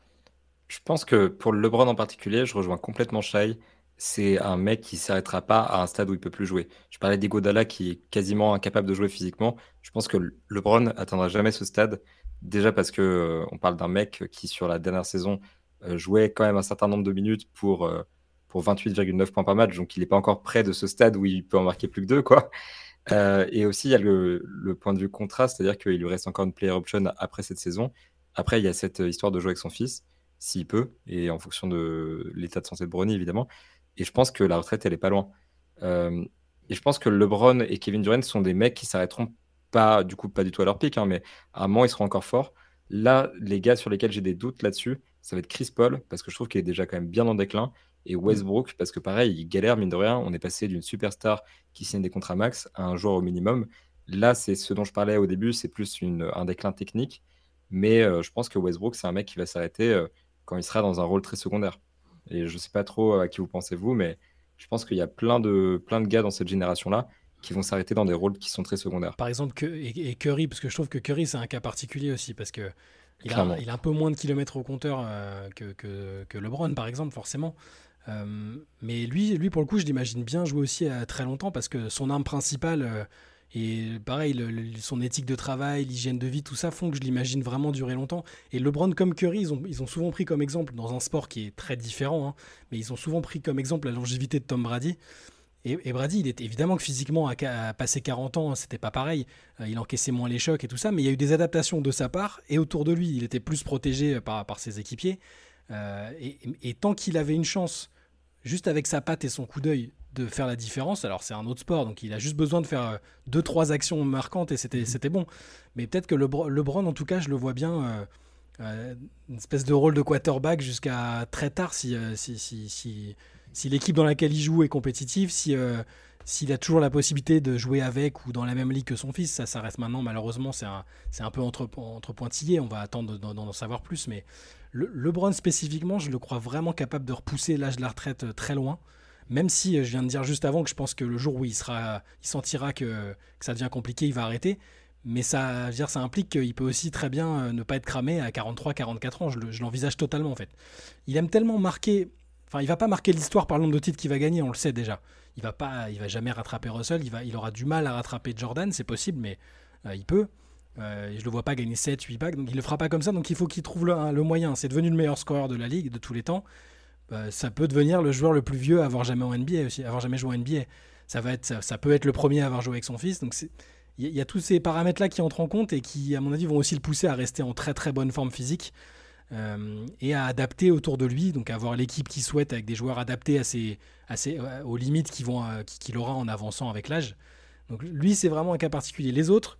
Je pense que pour le LeBron en particulier, je rejoins complètement Shai. C'est un mec qui s'arrêtera pas à un stade où il peut plus jouer. Je parlais d'Iguodala qui est quasiment incapable de jouer physiquement. Je pense que le- LeBron atteindra jamais ce stade. Déjà parce que euh, on parle d'un mec qui sur la dernière saison euh, jouait quand même un certain nombre de minutes pour, euh, pour vingt-huit virgule neuf points par match. Donc il n'est pas encore près de ce stade où il peut en marquer plus que deux, quoi. Euh, et aussi, il y a le, le point de vue contraste, c'est-à-dire qu'il lui reste encore une player option après cette saison. Après, il y a cette euh, histoire de jouer avec son fils, s'il peut, et en fonction de l'état de santé de Bronny, évidemment. Et je pense que la retraite, elle est pas loin. Euh, et je pense que LeBron et Kevin Durant sont des mecs qui s'arrêteront pas, du coup, pas du tout à leur pic, hein, mais à un moment, ils seront encore forts. Là, les gars sur lesquels j'ai des doutes là-dessus, ça va être Chris Paul, parce que je trouve qu'il est déjà quand même bien en déclin, et Westbrook, parce que pareil, il galère, mine de rien. On est passé d'une superstar qui signe des contrats max à un joueur au minimum. Là, c'est ce dont je parlais au début, c'est plus une, un déclin technique. Mais euh, je pense que Westbrook, c'est un mec qui va s'arrêter euh, quand il sera dans un rôle très secondaire. Et je sais pas trop à qui vous pensez vous, mais je pense qu'il y a plein de, plein de gars dans cette génération-là qui vont s'arrêter dans des rôles qui sont très secondaires. Par exemple, que, et, et Curry, parce que je trouve que Curry, c'est un cas particulier aussi, parce que il a, Clairement. il a un peu moins de kilomètres au compteur euh, que, que, que LeBron, par exemple, forcément. Euh, mais lui, lui, pour le coup, je l'imagine bien jouer aussi à très longtemps, parce que son arme principale, euh, et pareil, le- le- son éthique de travail, l'hygiène de vie, tout ça font que je l'imagine vraiment durer longtemps. Et LeBron comme Curry, ils ont, ils ont souvent pris comme exemple, dans un sport qui est très différent, hein, mais ils ont souvent pris comme exemple la longévité de Tom Brady. Et, et Brady, il était évidemment que physiquement, à, ca- à passer quarante ans, c'était pas pareil. Euh, il encaissait moins les chocs et tout ça, mais il y a eu des adaptations de sa part et autour de lui. Il était plus protégé par, par ses équipiers. Euh, et, et tant qu'il avait une chance, juste avec sa patte et son coup d'œil, de faire la différence, alors c'est un autre sport, donc il a juste besoin de faire euh, deux, trois actions marquantes et c'était, c'était bon. Mais peut-être que Lebron, LeBron, en tout cas, je le vois bien. Euh, euh, une espèce de rôle de quarterback jusqu'à très tard si, euh, si, si, si, si l'équipe dans laquelle il joue est compétitive, si, euh, s'il a toujours la possibilité de jouer avec ou dans la même ligue que son fils. Ça, ça reste maintenant, malheureusement, c'est un, c'est un peu entre, entre pointillés, on va attendre d'en, d'en savoir plus, mais le, LeBron spécifiquement, je le crois vraiment capable de repousser l'âge de la retraite euh, très loin, même si euh, je viens de dire juste avant que je pense que le jour où il, sera, il sentira que, que ça devient compliqué, il va arrêter. Mais ça, je veux dire, ça implique qu'il peut aussi très bien euh, ne pas être cramé à quarante-trois quarante-quatre ans. Je, le- je l'envisage totalement, en fait. Il aime tellement marquer. Enfin, il va pas marquer l'histoire par le nombre de titres qu'il va gagner, on le sait déjà. Il va pas, il va jamais rattraper Russell. Il, va, il aura du mal à rattraper Jordan, c'est possible, mais euh, il peut. Euh, je le vois pas gagner sept huit bagues, donc il le fera pas comme ça. Donc il faut qu'il trouve le, un- le moyen. C'est devenu le meilleur scoreur de la ligue de tous les temps. Euh, ça peut devenir le joueur le plus vieux à avoir jamais en N B A aussi, à avoir jamais joué en N B A. Ça va être, ça, ça peut être le premier à avoir joué avec son fils. Donc c'est, il y, a- il y a tous ces paramètres-là qui entrent en compte et qui, à mon avis, vont aussi le pousser à rester en très très bonne forme physique euh, et à adapter autour de lui, donc avoir l'équipe qu'il souhaite avec des joueurs adaptés à ses, à ses- euh, aux limites qu'il, vont, euh, qu'il aura en avançant avec l'âge. Donc lui, c'est vraiment un cas particulier. Les autres,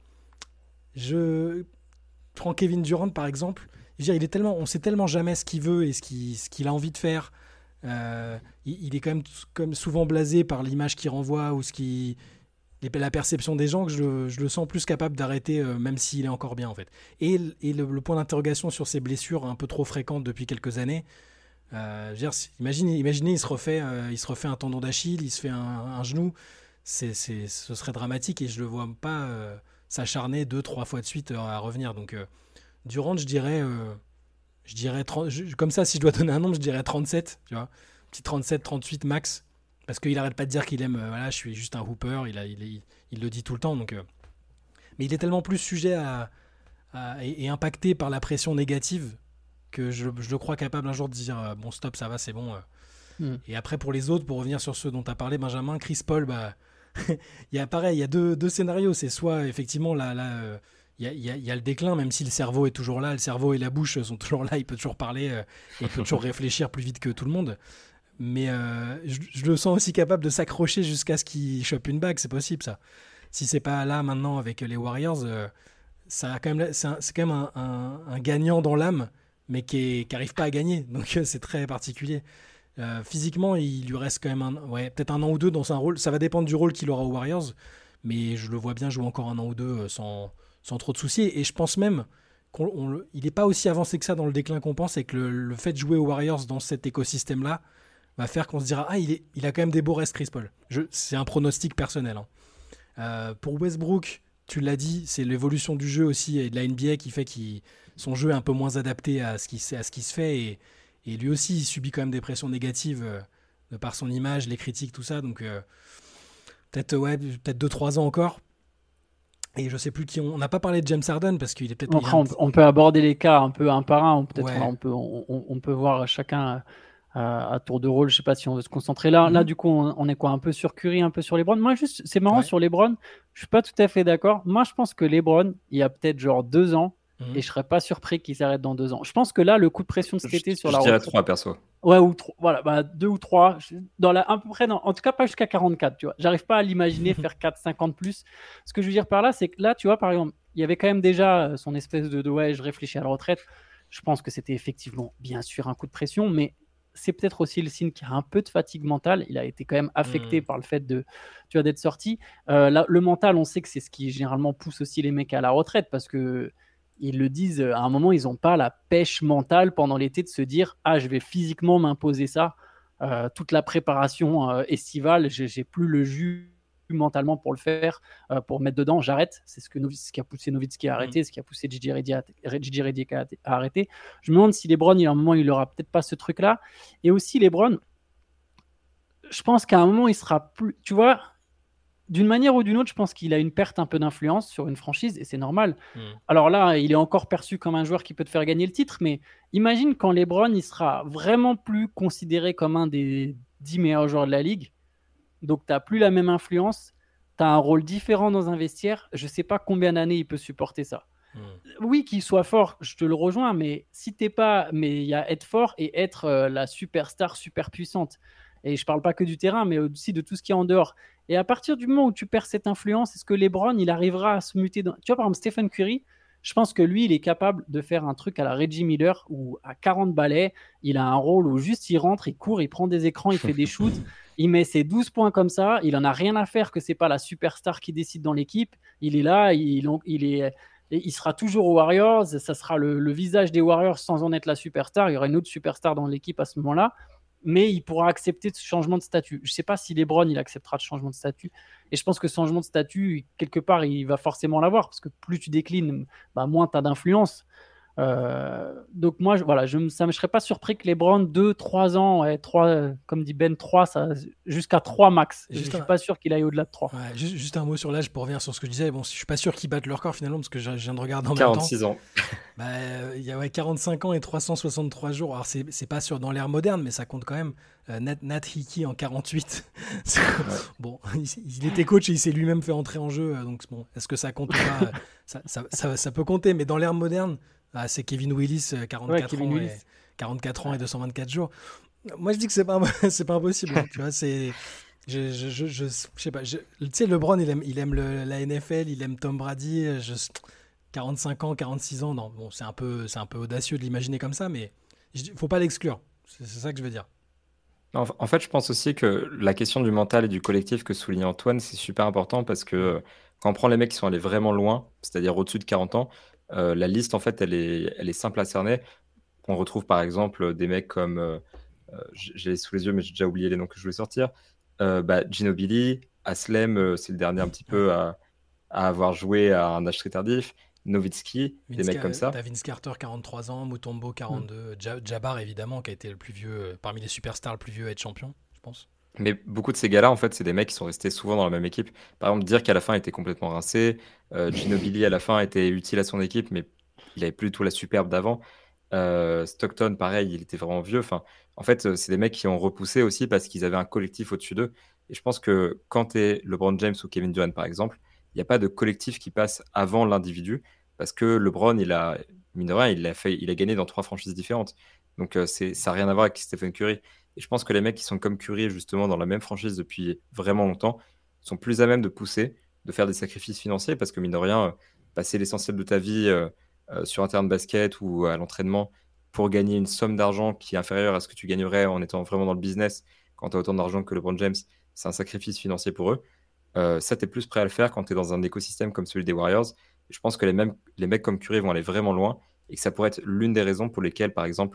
je prends Kevin Durant par exemple. Je veux dire, il est tellement, on sait tellement jamais ce qu'il veut et ce qu'il, ce qu'il a envie de faire. Euh, il, il est quand même, comme souvent blasé par l'image qu'il renvoie ou ce qui, les- la perception des gens que je, le- je le sens plus capable d'arrêter euh, même s'il est encore bien en fait. Et, et le, le point d'interrogation sur ses blessures un peu trop fréquentes depuis quelques années. Euh, je veux dire, si- imagine, imaginez, il se refait, euh, il se refait un tendon d'Achille, il se fait un, un genou. C'est, c'est, ce serait dramatique et je le vois pas euh, s'acharner deux, trois fois de suite euh, à revenir. Donc euh, Durant, je dirais, euh, je dirais trente je- comme ça, si je dois donner un nombre, je dirais trente-sept, tu vois, petit trente-sept, trente-huit max. Parce qu'il arrête pas de dire qu'il aime, euh, voilà, je suis juste un hooper, il, a, il, est- il le dit tout le temps. Donc, euh, mais il est tellement plus sujet à, à- et, et impacté par la pression négative que je, je le crois capable un jour de dire euh, bon, stop, ça va, c'est bon. euh. Mm. Et après, pour les autres, pour revenir sur ceux dont tu as parlé, Benjamin, Chris Paul, bah, il y a pareil, il y a deux, deux scénarios. C'est soit effectivement là, là, euh, il y, a, il y a- il y a le déclin, même si le cerveau est toujours là, le cerveau et la bouche sont toujours là, il peut toujours parler, euh, et il peut toujours réfléchir plus vite que tout le monde. Mais euh, je, je le sens aussi capable de s'accrocher jusqu'à ce qu'il chope une bague, c'est possible ça. Si c'est pas là maintenant avec les Warriors, euh, ça a quand même, c'est, un- c'est quand même un, un- un gagnant dans l'âme, mais qui n'arrive pas à gagner. Donc euh, c'est très particulier. Euh, physiquement, il lui reste quand même un, ouais, peut-être un an ou deux dans un rôle. Ça va dépendre du rôle qu'il aura aux Warriors, mais je le vois bien jouer encore un an ou deux euh, sans, sans trop de soucis. Et je pense même qu'il n'est pas aussi avancé que ça dans le déclin qu'on pense, et que le, le fait de jouer aux Warriors dans cet écosystème-là va faire qu'on se dira ah il, est, il a quand même des beaux restes Chris Paul. Je, c'est un pronostic personnel. Hein. Euh, pour Westbrook, tu l'as dit, c'est l'évolution du jeu aussi et de la N B A qui fait que son jeu est un peu moins adapté à ce qui, à ce qui se fait et, et lui aussi il subit quand même des pressions négatives euh, de par son image, les critiques, tout ça. Donc euh, peut-être ouais, peut-être deux trois ans encore. Et je sais plus qui on n'a pas parlé de James Harden parce qu'il est peut-être. Après, on, on peut aborder les cas un peu un par un. Peut-être Ouais. on peut on, on peut voir chacun à, à tour de rôle. Je sais pas si on veut se concentrer là. Mhm. Là, du coup, on, on est quoi un peu sur Curry, un peu sur LeBron. Moi, juste, c'est marrant Ouais. sur LeBron. Je suis pas tout à fait d'accord. Moi, je pense que LeBron, il y a peut-être genre deux ans, Mhm. et je serais pas surpris qu'il s'arrête dans deux ans. Je pense que là, le coup de pression de cet Je, été sur je la dirais retraite. trois perso. Ouais, ou trois, voilà, bah, deux ou trois, je- dans la, à peu près, dans- en tout cas pas jusqu'à quarante-quatre, tu vois. J'arrive pas à l'imaginer faire quatre, cinquante plus. Ce que je veux dire par là, c'est que là, tu vois, par exemple, il y avait quand même déjà euh, son espèce de, de ouais, je réfléchis à la retraite. Je pense que c'était effectivement, bien sûr, un coup de pression, mais c'est peut-être aussi le signe qu'il y a un peu de fatigue mentale. Il a été quand même affecté Mm. par le fait de, tu vois, d'être sorti. Euh, là, le mental, on sait que c'est ce qui généralement pousse aussi les mecs à la retraite parce que ils le disent, à un moment, ils n'ont pas la pêche mentale pendant l'été de se dire « Ah, je vais physiquement m'imposer ça. Euh, toute la préparation euh, estivale, j'ai, j'ai plus le jus mentalement pour le faire, euh, pour mettre dedans, j'arrête. » C'est ce, que Novi- ce qui a poussé Nowitzki à arrêter, ce qui a poussé Gigi Redick à, Gigi Redick à, à arrêter. Je me demande si LeBron, il y a un moment, il n'aura peut-être pas ce truc-là. Et aussi, LeBron, je pense qu'à un moment, il sera plus... Tu vois, d'une manière ou d'une autre, je pense qu'il a une perte un peu d'influence sur une franchise et c'est normal. Mm. Alors là, il est encore perçu comme un joueur qui peut te faire gagner le titre, mais imagine quand LeBron, il sera vraiment plus considéré comme un des dix meilleurs joueurs de la ligue. Donc, tu n'as plus la même influence, tu as un rôle différent dans un vestiaire. Je ne sais pas combien d'années il peut supporter ça. Mm. Oui, qu'il soit fort, je te le rejoins, mais si t'es pas, mais il y a être fort et être euh, la superstar super puissante. Et je parle pas que du terrain, mais aussi de tout ce qui est en dehors. Et à partir du moment où tu perds cette influence, est-ce que LeBron, il arrivera à se muter dans... Tu vois, par exemple, Stephen Curry, je pense que lui, il est capable de faire un truc à la Reggie Miller où à quarante balais, il a un rôle où juste il rentre, il court, il prend des écrans, il fait des shoots, il met ses douze points comme ça, il en a rien à faire que c'est pas la superstar qui décide dans l'équipe. Il est là, il, il est... Et il sera toujours aux Warriors, ça sera le, le visage des Warriors sans en être la superstar. Il y aura une autre superstar dans l'équipe à ce moment-là, mais il pourra accepter ce changement de statut. Je ne sais pas si LeBron il acceptera ce changement de statut. Et je pense que ce changement de statut, quelque part, il va forcément l'avoir, parce que plus tu déclines, bah, moins tu as d'influence. Euh, donc moi, je, voilà, je ne serais pas surpris que LeBron, deux, trois ans, ouais, trois, comme dit Ben, trois, ça, jusqu'à trois max. Je ne suis un... pas sûr qu'il aille au-delà de trois. Ouais, juste, juste un mot sur l'âge pour revenir sur ce que je disais. Bon, je ne suis pas sûr qu'ils battent leur record finalement, parce que je, je viens de regarder en quarante-six même temps. ans. Bah, il y a ouais, quarante-cinq ans et trois cent soixante-trois jours. Alors, c'est, c'est pas sur, dans l'ère moderne, mais ça compte quand même. Euh, Nat, Nat Hickey en quarante-huit. ouais. Bon, il, il était coach et il s'est lui-même fait entrer en jeu. Donc, bon, est-ce que ça compte ou pas ça, ça, ça, ça peut compter, mais dans l'ère moderne, ah, c'est Kevin Willis, quarante-quatre, ouais, Kevin ans, Willis. Et, quarante-quatre ans et deux cent vingt-quatre jours. Moi, je dis que c'est pas, c'est pas impossible. Hein, tu vois, c'est. Je, je, je, je, je sais pas. Tu sais, LeBron, il aime, il aime le, la N F L, il aime Tom Brady. Je, quarante-cinq ans, quarante-six ans, non, bon, c'est un peu, c'est un peu audacieux de l'imaginer comme ça, mais il faut pas l'exclure. C'est, c'est ça que je veux dire. En, en fait, je pense aussi que la question du mental et du collectif que souligne Antoine, c'est super important parce que quand on prend les mecs qui sont allés vraiment loin, c'est-à-dire au-dessus de quarante ans, euh, la liste, en fait, elle est, elle est simple à cerner. On retrouve par exemple des mecs comme, euh, j'ai sous les yeux, mais j'ai déjà oublié les noms que je voulais sortir, euh, bah, Ginobili, Aslem, euh, c'est le dernier un petit peu à, à avoir joué à un âge très tardif, Nowitzki, Vince des mecs Ca- comme ça. T'as Vince Carter, quarante-trois ans, Mutombo, quarante-deux, mm. Jabbar, évidemment, qui a été le plus vieux, parmi les superstars, le plus vieux à être champion, je pense. Mais beaucoup de ces gars-là, en fait, c'est des mecs qui sont restés souvent dans la même équipe. Par exemple, dire qu'à la fin, il était complètement rincé. Euh, Ginobili, à la fin, était utile à son équipe, mais il n'avait plus du tout la superbe d'avant. Euh, Stockton, pareil, il était vraiment vieux. Enfin, en fait, c'est des mecs qui ont repoussé aussi parce qu'ils avaient un collectif au-dessus d'eux. Et je pense que quand tu es LeBron James ou Kevin Durant, par exemple, il n'y a pas de collectif qui passe avant l'individu parce que LeBron, il a, mine de rien, il a, fait, il a gagné dans trois franchises différentes. Donc, euh, c'est, ça n'a rien à voir avec Stephen Curry. Et je pense que les mecs qui sont comme Curry, justement, dans la même franchise depuis vraiment longtemps, sont plus à même de pousser, de faire des sacrifices financiers parce que, mine de rien, euh, passer l'essentiel de ta vie euh, euh, sur un terrain de basket ou à l'entraînement pour gagner une somme d'argent qui est inférieure à ce que tu gagnerais en étant vraiment dans le business quand tu as autant d'argent que LeBron James, c'est un sacrifice financier pour eux. Euh, ça, tu es plus prêt à le faire quand tu es dans un écosystème comme celui des Warriors. Et je pense que les, mêmes, les mecs comme Curry vont aller vraiment loin et que ça pourrait être l'une des raisons pour lesquelles, par exemple,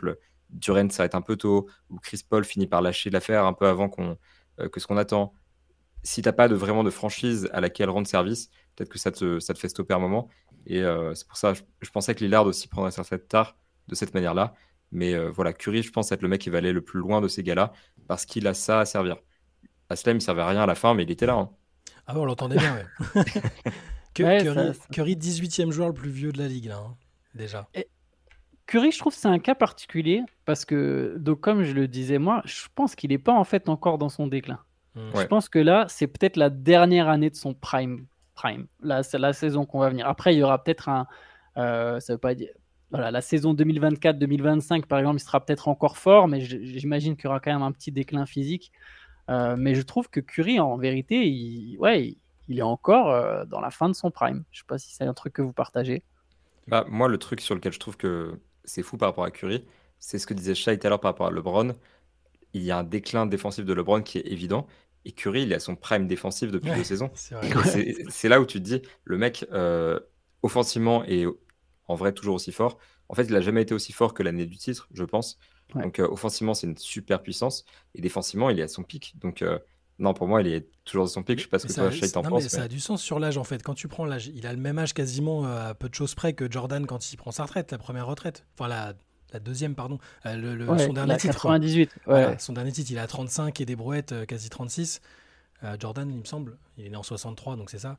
Durant s'arrête un peu tôt, ou Chris Paul finit par lâcher l'affaire un peu avant qu'on, euh, que ce qu'on attend. Si t'as pas de, vraiment de franchise à laquelle rendre service, peut-être que ça te, ça te fait stopper un moment. Et euh, c'est pour ça, je, je pensais que Lillard aussi prendrait ça tard de cette manière-là. Mais euh, voilà, Curry, je pense être le mec qui va aller le plus loin de ces gars-là parce qu'il a ça à servir. Aslem, il servait à rien à la fin, mais il était là. Hein. Ah ouais, on l'entendait bien, ouais. Que- Ouais, Curry, ça- ça- Curry, dix-huitième joueur le plus vieux de la ligue, là, hein, déjà. Curry, je trouve que c'est un cas particulier parce que, donc, comme je le disais moi, je pense qu'il n'est pas en fait encore dans son déclin. Mm. Je Ouais. pense que là, c'est peut-être la dernière année de son prime. prime. Là, c'est la saison qu'on va venir. Après, il y aura peut-être un. euh, ça veut pas dire. Voilà, la saison deux mille vingt-quatre deux mille vingt-cinq, par exemple, il sera peut-être encore fort, mais j- j'imagine qu'il y aura quand même un petit déclin physique. Euh, mais je trouve que Curry, en vérité, il, ouais, il, il est encore euh, dans la fin de son prime. Je sais pas si c'est un truc que vous partagez. Bah, moi, le truc sur lequel je trouve que c'est fou par rapport à Curry, c'est ce que disait Shai tout à l'heure par rapport à LeBron. Il y a un déclin défensif de LeBron qui est évident. Et Curry, il est à son prime défensif depuis Ouais, deux saisons. c'est vrai. Et c'est c'est là où tu te dis, le mec, euh, offensivement est en vrai toujours aussi fort. En fait, il n'a jamais été aussi fort que l'année du titre, je pense. Ouais. Donc, euh, offensivement, c'est une super puissance. Et défensivement, il est à son pic. Donc, euh, non, pour moi, il est toujours à son pic. Je sais pas ce Mais que ça, toi, Shai, c'est- t'en non, mais penses. ça mais- a du sens sur l'âge en fait. Quand tu prends l'âge, il a le même âge quasiment euh, à peu de choses près que Jordan quand il prend sa retraite, la première retraite. Enfin, la, la deuxième, pardon. Euh, le, le- Ouais, son il dernier a titre. quoi. quatre-vingt-dix-huit. Ouais. Voilà, son dernier titre, il a trente-cinq et des brouettes, euh, quasi trente-six. Euh, Jordan, il me semble, il est né en soixante-trois, donc c'est ça.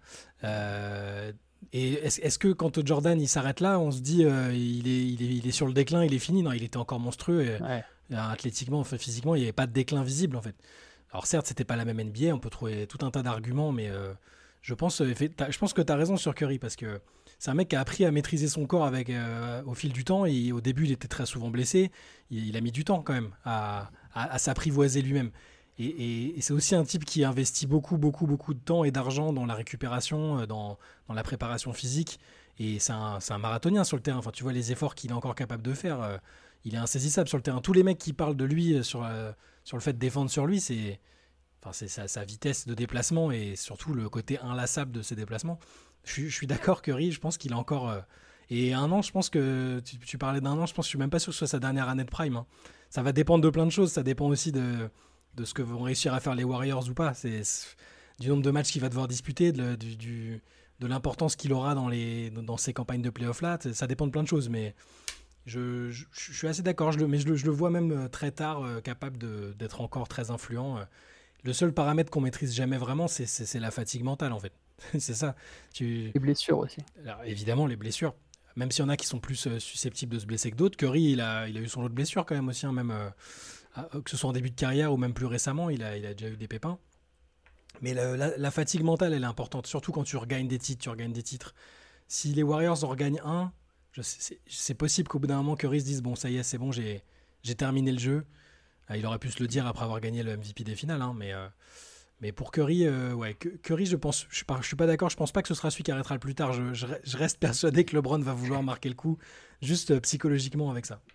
Euh, et est-ce est-ce que quand Jordan il s'arrête là, on se dit euh, il, est, il, est, il est sur le déclin, il est fini? Non, il était encore monstrueux. Et, Ouais. euh, athlétiquement, enfin, physiquement, il n'y avait pas de déclin visible en fait. Alors certes, c'était pas la même N B A, on peut trouver tout un tas d'arguments, mais euh, je, pense, euh, fait- t'as- je pense que tu as raison sur Curry parce que c'est un mec qui a appris à maîtriser son corps avec, euh, au fil du temps. Et au début, il était très souvent blessé. Il, il a mis du temps quand même à, à- à s'apprivoiser lui-même. Et, et- et c'est aussi un type qui investit beaucoup, beaucoup, beaucoup de temps et d'argent dans la récupération, euh, dans, dans la préparation physique. Et c'est un, c'est un marathonien sur le terrain. Enfin, tu vois les efforts qu'il est encore capable de faire. euh, il est insaisissable sur le terrain. Tous les mecs qui parlent de lui euh, sur, euh, sur le fait de défendre sur lui, c'est enfin, c'est sa, sa vitesse de déplacement et surtout le côté inlassable de ses déplacements. Je, suis- je suis d'accord, Curry, je pense qu'il a encore. euh, et un an, je pense que. Tu, tu parlais d'un an, je pense que je suis même pas sûr que ce soit sa dernière année de prime. hein. Ça va dépendre de plein de choses. Ça dépend aussi de, de ce que vont réussir à faire les Warriors ou pas. C'est c'est du nombre de matchs qu'il va devoir disputer, de, du, du- de l'importance qu'il aura dans, les, dans ces campagnes de playoff là. Ça dépend de plein de choses, mais je, je- je suis assez d'accord. Je le, mais je le, je le vois même euh, très tard euh, capable de- d'être encore très influent. euh. Le seul paramètre qu'on maîtrise jamais vraiment, c'est c'est- c'est la fatigue mentale en fait. c'est ça. Tu, Les blessures aussi. alors, évidemment, les blessures. Même s'il y en a qui sont plus euh, susceptibles de se blesser que d'autres, Curry, il a, il a eu son lot de blessures quand même aussi, hein, même, euh, à- que ce soit en début de carrière ou même plus récemment, il a, il a déjà eu des pépins. Mais la, la- la fatigue mentale, elle est importante, surtout quand tu regagnes des titres, tu regagnes des titres. Si les Warriors en regagnent un, je sais- c'est c'est possible qu'au bout d'un moment, Curry se dise, bon, ça y est, c'est bon, j'ai j'ai terminé le jeu. Euh, Il aurait pu se le dire après avoir gagné le M V P des finales, hein, mais... euh, mais pour Curry, euh, ouais, Cu- Curry, je pense, je suis pas, je suis pas d'accord. Je pense pas que ce sera celui qui arrêtera le plus tard. Je, je re- je reste persuadé que LeBron va vouloir marquer le coup, juste euh, psychologiquement avec ça.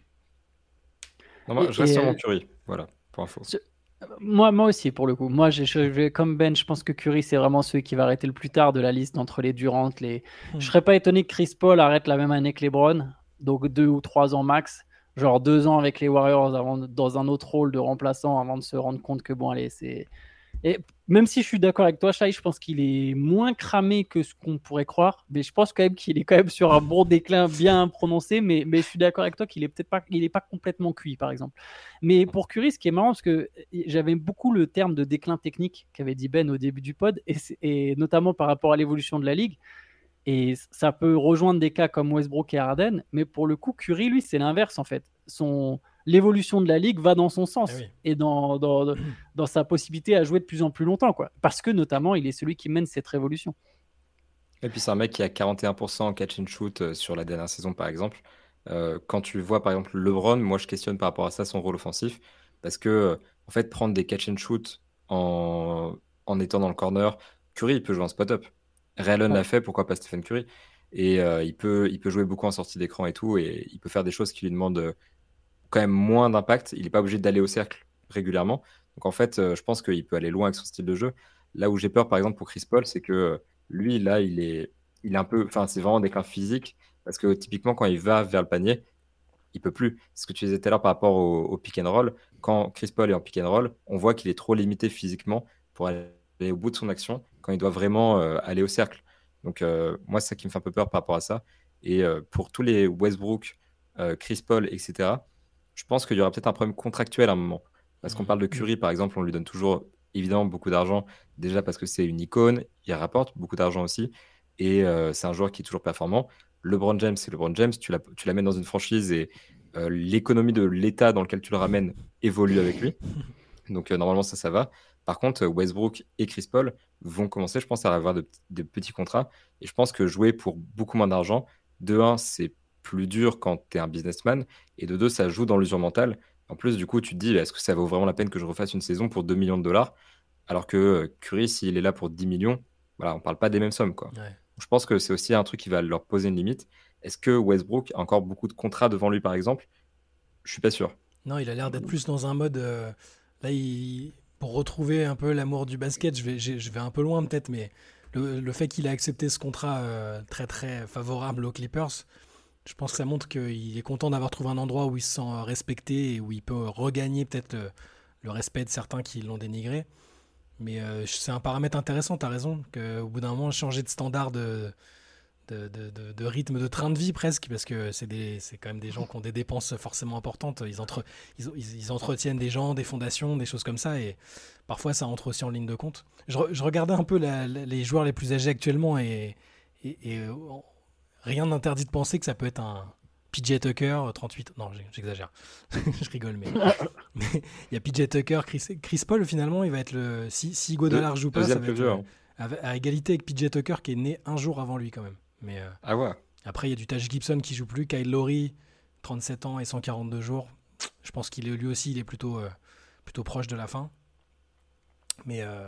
Non, moi, Et- je reste et, sur euh, mon Curry. Voilà, pour info. Ce- Moi, moi aussi, pour le coup. Moi, j'ai- je vais comme Ben, je pense que Curry, c'est vraiment celui qui va arrêter le plus tard de la liste entre les Durant. Les... Hmm. Je serais pas étonné que Chris Paul arrête la même année que LeBron, donc deux ou trois ans max. Genre deux ans avec les Warriors avant, de- dans un autre rôle de remplaçant avant de se rendre compte que bon, allez, c'est. Et même si je suis d'accord avec toi, Shai, je pense qu'il est moins cramé que ce qu'on pourrait croire, mais je pense quand même qu'il est quand même sur un bon déclin bien prononcé. Mais, mais je suis d'accord avec toi qu'il est peut-être pas, il est pas complètement cuit, par exemple. Mais pour Curry, ce qui est marrant, parce que j'avais beaucoup le terme de déclin technique qu'avait dit Ben au début du pod, et, c'est- et notamment par rapport à l'évolution de la ligue. Et ça peut rejoindre des cas comme Westbrook et Harden, mais pour le coup, Curry, lui, c'est l'inverse en fait. Son... L'évolution de la ligue va dans son sens Eh oui. et dans, dans, dans sa possibilité à jouer de plus en plus longtemps, quoi. Parce que notamment, il est celui qui mène cette révolution. Et puis c'est un mec qui a quarante et un pour cent en catch and shoot euh, sur la dernière saison, par exemple. Euh, quand tu vois, par exemple, LeBron, moi, je questionne par rapport à ça son rôle offensif. Parce que, euh, en fait, prendre des catch and shoot en, en étant dans le corner, Curry, il peut jouer en spot-up. Ray Allen Ouais. l'a fait, pourquoi pas Stephen Curry? Et euh, il peut, il peut jouer beaucoup en sortie d'écran et tout. Et il peut faire des choses qui lui demandent euh, quand même moins d'impact. Il n'est pas obligé d'aller au cercle régulièrement. Donc, en fait, euh, je pense qu'il peut aller loin avec son style de jeu. Là où j'ai peur, par exemple, pour Chris Paul, c'est que euh, lui, là, il est, il est un peu. Enfin, c'est vraiment un déclin physique. Parce que typiquement, quand il va vers le panier, il peut plus. C'est ce que tu disais tout à l'heure par rapport au, au pick and roll. Quand Chris Paul est en pick and roll, on voit qu'il est trop limité physiquement pour aller au bout de son action quand il doit vraiment euh, aller au cercle. Donc, euh, moi, c'est ça qui me fait un peu peur par rapport à ça. Et euh, pour tous les Westbrook, euh, Chris Paul, et cetera, je pense qu'il y aura peut-être un problème contractuel à un moment. Parce qu'on Mhm. parle de Curry, par exemple, on lui donne toujours évidemment beaucoup d'argent, déjà parce que c'est une icône, il rapporte beaucoup d'argent aussi, et euh, c'est un joueur qui est toujours performant. LeBron James, c'est LeBron James, tu, la- tu l'amènes dans une franchise et euh, l'économie de l'état dans lequel tu le ramènes évolue avec lui. Donc euh, normalement, ça, ça va. Par contre, euh, Westbrook et Chris Paul vont commencer, je pense, à avoir de, de petits contrats. Et je pense que jouer pour beaucoup moins d'argent, de un, c'est plus dur quand tu es un businessman. Et de deux, ça joue dans l'usure mentale. En plus, du coup, tu te dis, est-ce que ça vaut vraiment la peine que je refasse une saison pour deux millions de dollars? Alors que euh, Curry, s'il est là pour dix millions, voilà, on parle pas des mêmes sommes, quoi. Ouais. Je pense que c'est aussi un truc qui va leur poser une limite. Est-ce que Westbrook a encore beaucoup de contrats devant lui, par exemple? Je suis pas sûr. Non, il a l'air d'être plus dans un mode. euh, là, il- pour retrouver un peu l'amour du basket, je vais, j'ai- je vais un peu loin peut-être, mais le, le fait qu'il a accepté ce contrat euh, très très favorable aux Clippers, je pense que ça montre qu'il est content d'avoir trouvé un endroit où il se sent euh, respecté et où il peut regagner peut-être le, le respect de certains qui l'ont dénigré. Mais euh, c'est un paramètre intéressant, tu as raison, qu'au bout d'un moment, changer de standard de, de, de- de- de rythme de train de vie presque, parce que c'est des, c'est quand même des gens qui ont des dépenses forcément importantes. Ils, entre, ils, ils- ils entretiennent des gens, des fondations, des choses comme ça, et parfois ça entre aussi en ligne de compte. Je, re- je regardais un peu la- la- les joueurs les plus âgés actuellement, et, et- et, euh, rien n'interdit de penser que ça peut être un P J Tucker, euh, trente-huit. Non, j'ai- j'exagère. Je rigole, mais mais il y a P J Tucker, Chris, Chris Paul, finalement, il va être le. Si, si Iguodala Deux- joue pas, ça deuxième va plus être vieux. euh, hein. à, à égalité avec P J Tucker qui est né un jour avant lui, quand même. Mais euh, Ah ouais. après, il y a du Taj Gibson qui joue plus, Kyle Lowry, trente-sept ans et cent quarante-deux jours. Je pense qu'il est lui aussi, il est plutôt, euh, plutôt proche de la fin. Mais, euh,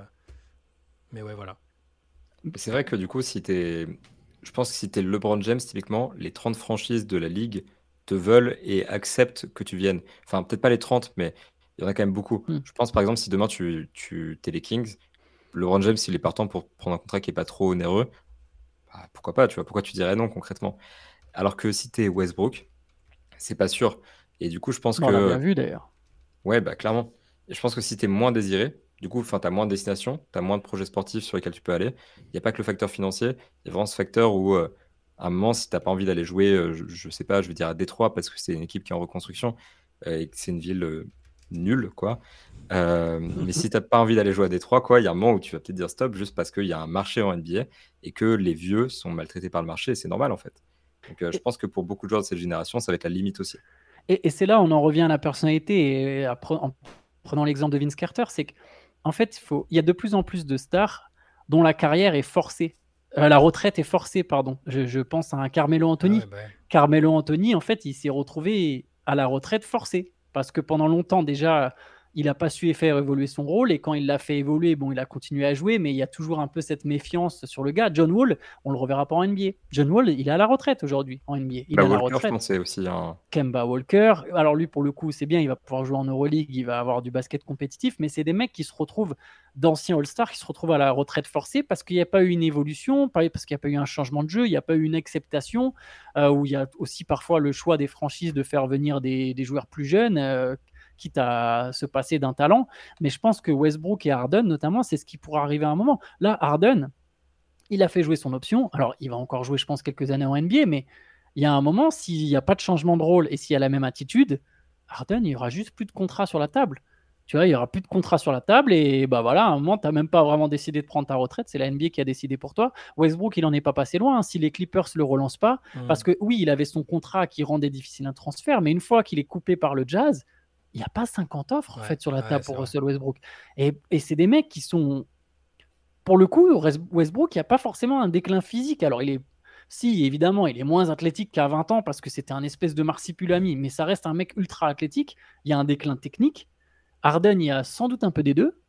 mais ouais, voilà. C'est vrai que du coup, si t'es, je pense que si t'es LeBron James, typiquement, les trente franchises de la ligue te veulent et acceptent que tu viennes. Enfin, peut-être pas les trente, mais il y en a quand même beaucoup. Hmm. Je pense par exemple, si demain tu, tu t'es les Kings, LeBron James, il est partant pour prendre un contrat qui est pas trop onéreux, bah, pourquoi pas, tu vois, pourquoi tu dirais non concrètement? Alors que si t'es Westbrook, c'est pas sûr. Et du coup, je pense On l'a bien que vu d'ailleurs. ouais, bah clairement. Et je pense que si tu es moins désiré, du coup, enfin, tu as moins de destinations, tu as moins de projets sportifs sur lesquels tu peux aller. Il n'y a pas que le facteur financier, il y a vraiment ce facteur où, euh, à un moment, si t'as pas envie d'aller jouer, euh, je, je sais pas, je veux dire à Détroit, parce que c'est une équipe qui est en reconstruction euh, et que c'est une ville euh, nulle, quoi. Euh, mais si t'as pas envie d'aller jouer à Détroit, quoi, il y a un moment où tu vas peut-être dire stop juste parce qu'il y a un marché en N B A et que les vieux sont maltraités par le marché, et c'est normal en fait. Donc euh, je Et, pense que pour beaucoup de joueurs de cette génération, ça va être la limite aussi. et- et c'est là où on en revient à la personnalité. Et à pre- en prenant l'exemple de Vince Carter, c'est qu'en fait, il faut, il y a de plus en plus de stars dont la carrière est forcée. Euh, la retraite est forcée, pardon. Je, je pense à un Carmelo Ah Anthony. ouais, bah ouais. Carmelo Anthony, en fait, il s'est retrouvé à la retraite forcée. Parce que pendant longtemps, déjà, il n'a pas su faire évoluer son rôle. Et quand il l'a fait évoluer, bon, il a continué à jouer, mais il y a toujours un peu cette méfiance sur le gars. John Wall, on le reverra pas en N B A. John Wall, il est à la retraite aujourd'hui en N B A. Il Bah, est à la Walker, je retraite. pense, c'est aussi un. Kemba Walker. Alors lui, pour le coup, c'est bien, il va pouvoir jouer en Euroleague, il va avoir du basket compétitif, mais c'est des mecs qui se retrouvent, d'anciens All-Stars, qui se retrouvent à la retraite forcée parce qu'il n'y a pas eu une évolution, pas- parce qu'il n'y a pas eu un changement de jeu, il n'y a pas eu une acceptation, euh, où il y a aussi parfois le choix des franchises de faire venir des, des joueurs plus jeunes, euh, quitte à se passer d'un talent. Mais je pense que Westbrook et Harden, notamment, c'est ce qui pourra arriver à un moment. Là, Harden, il a fait jouer son option. Alors, il va encore jouer, je pense, quelques années en N B A, mais il y a un moment, s'il n'y a pas de changement de rôle et s'il y a la même attitude, Harden, il y aura juste plus de contrat sur la table. Tu vois, il y aura plus de contrat sur la table et bah voilà, à un moment, tu n'as même pas vraiment décidé de prendre ta retraite. C'est la N B A qui a décidé pour toi. Westbrook, il n'en est pas passé loin, hein, si les Clippers ne le relancent pas. Mm. Parce que oui, il avait son contrat qui rendait difficile un transfert, mais une fois qu'il est coupé par le Jazz, il n'y a pas cinquante offres en Ouais, fait sur la ouais, table c'est pour vrai. Russell Westbrook. Et, et c'est des mecs qui sont pour le coup, Westbrook, il n'y a pas forcément un déclin physique. Alors, il est, si, évidemment, il est moins athlétique qu'à vingt ans parce que c'était un espèce de marsipulami, mais ça reste un mec ultra athlétique. Il y a un déclin technique. Harden, il y a sans doute un peu des deux.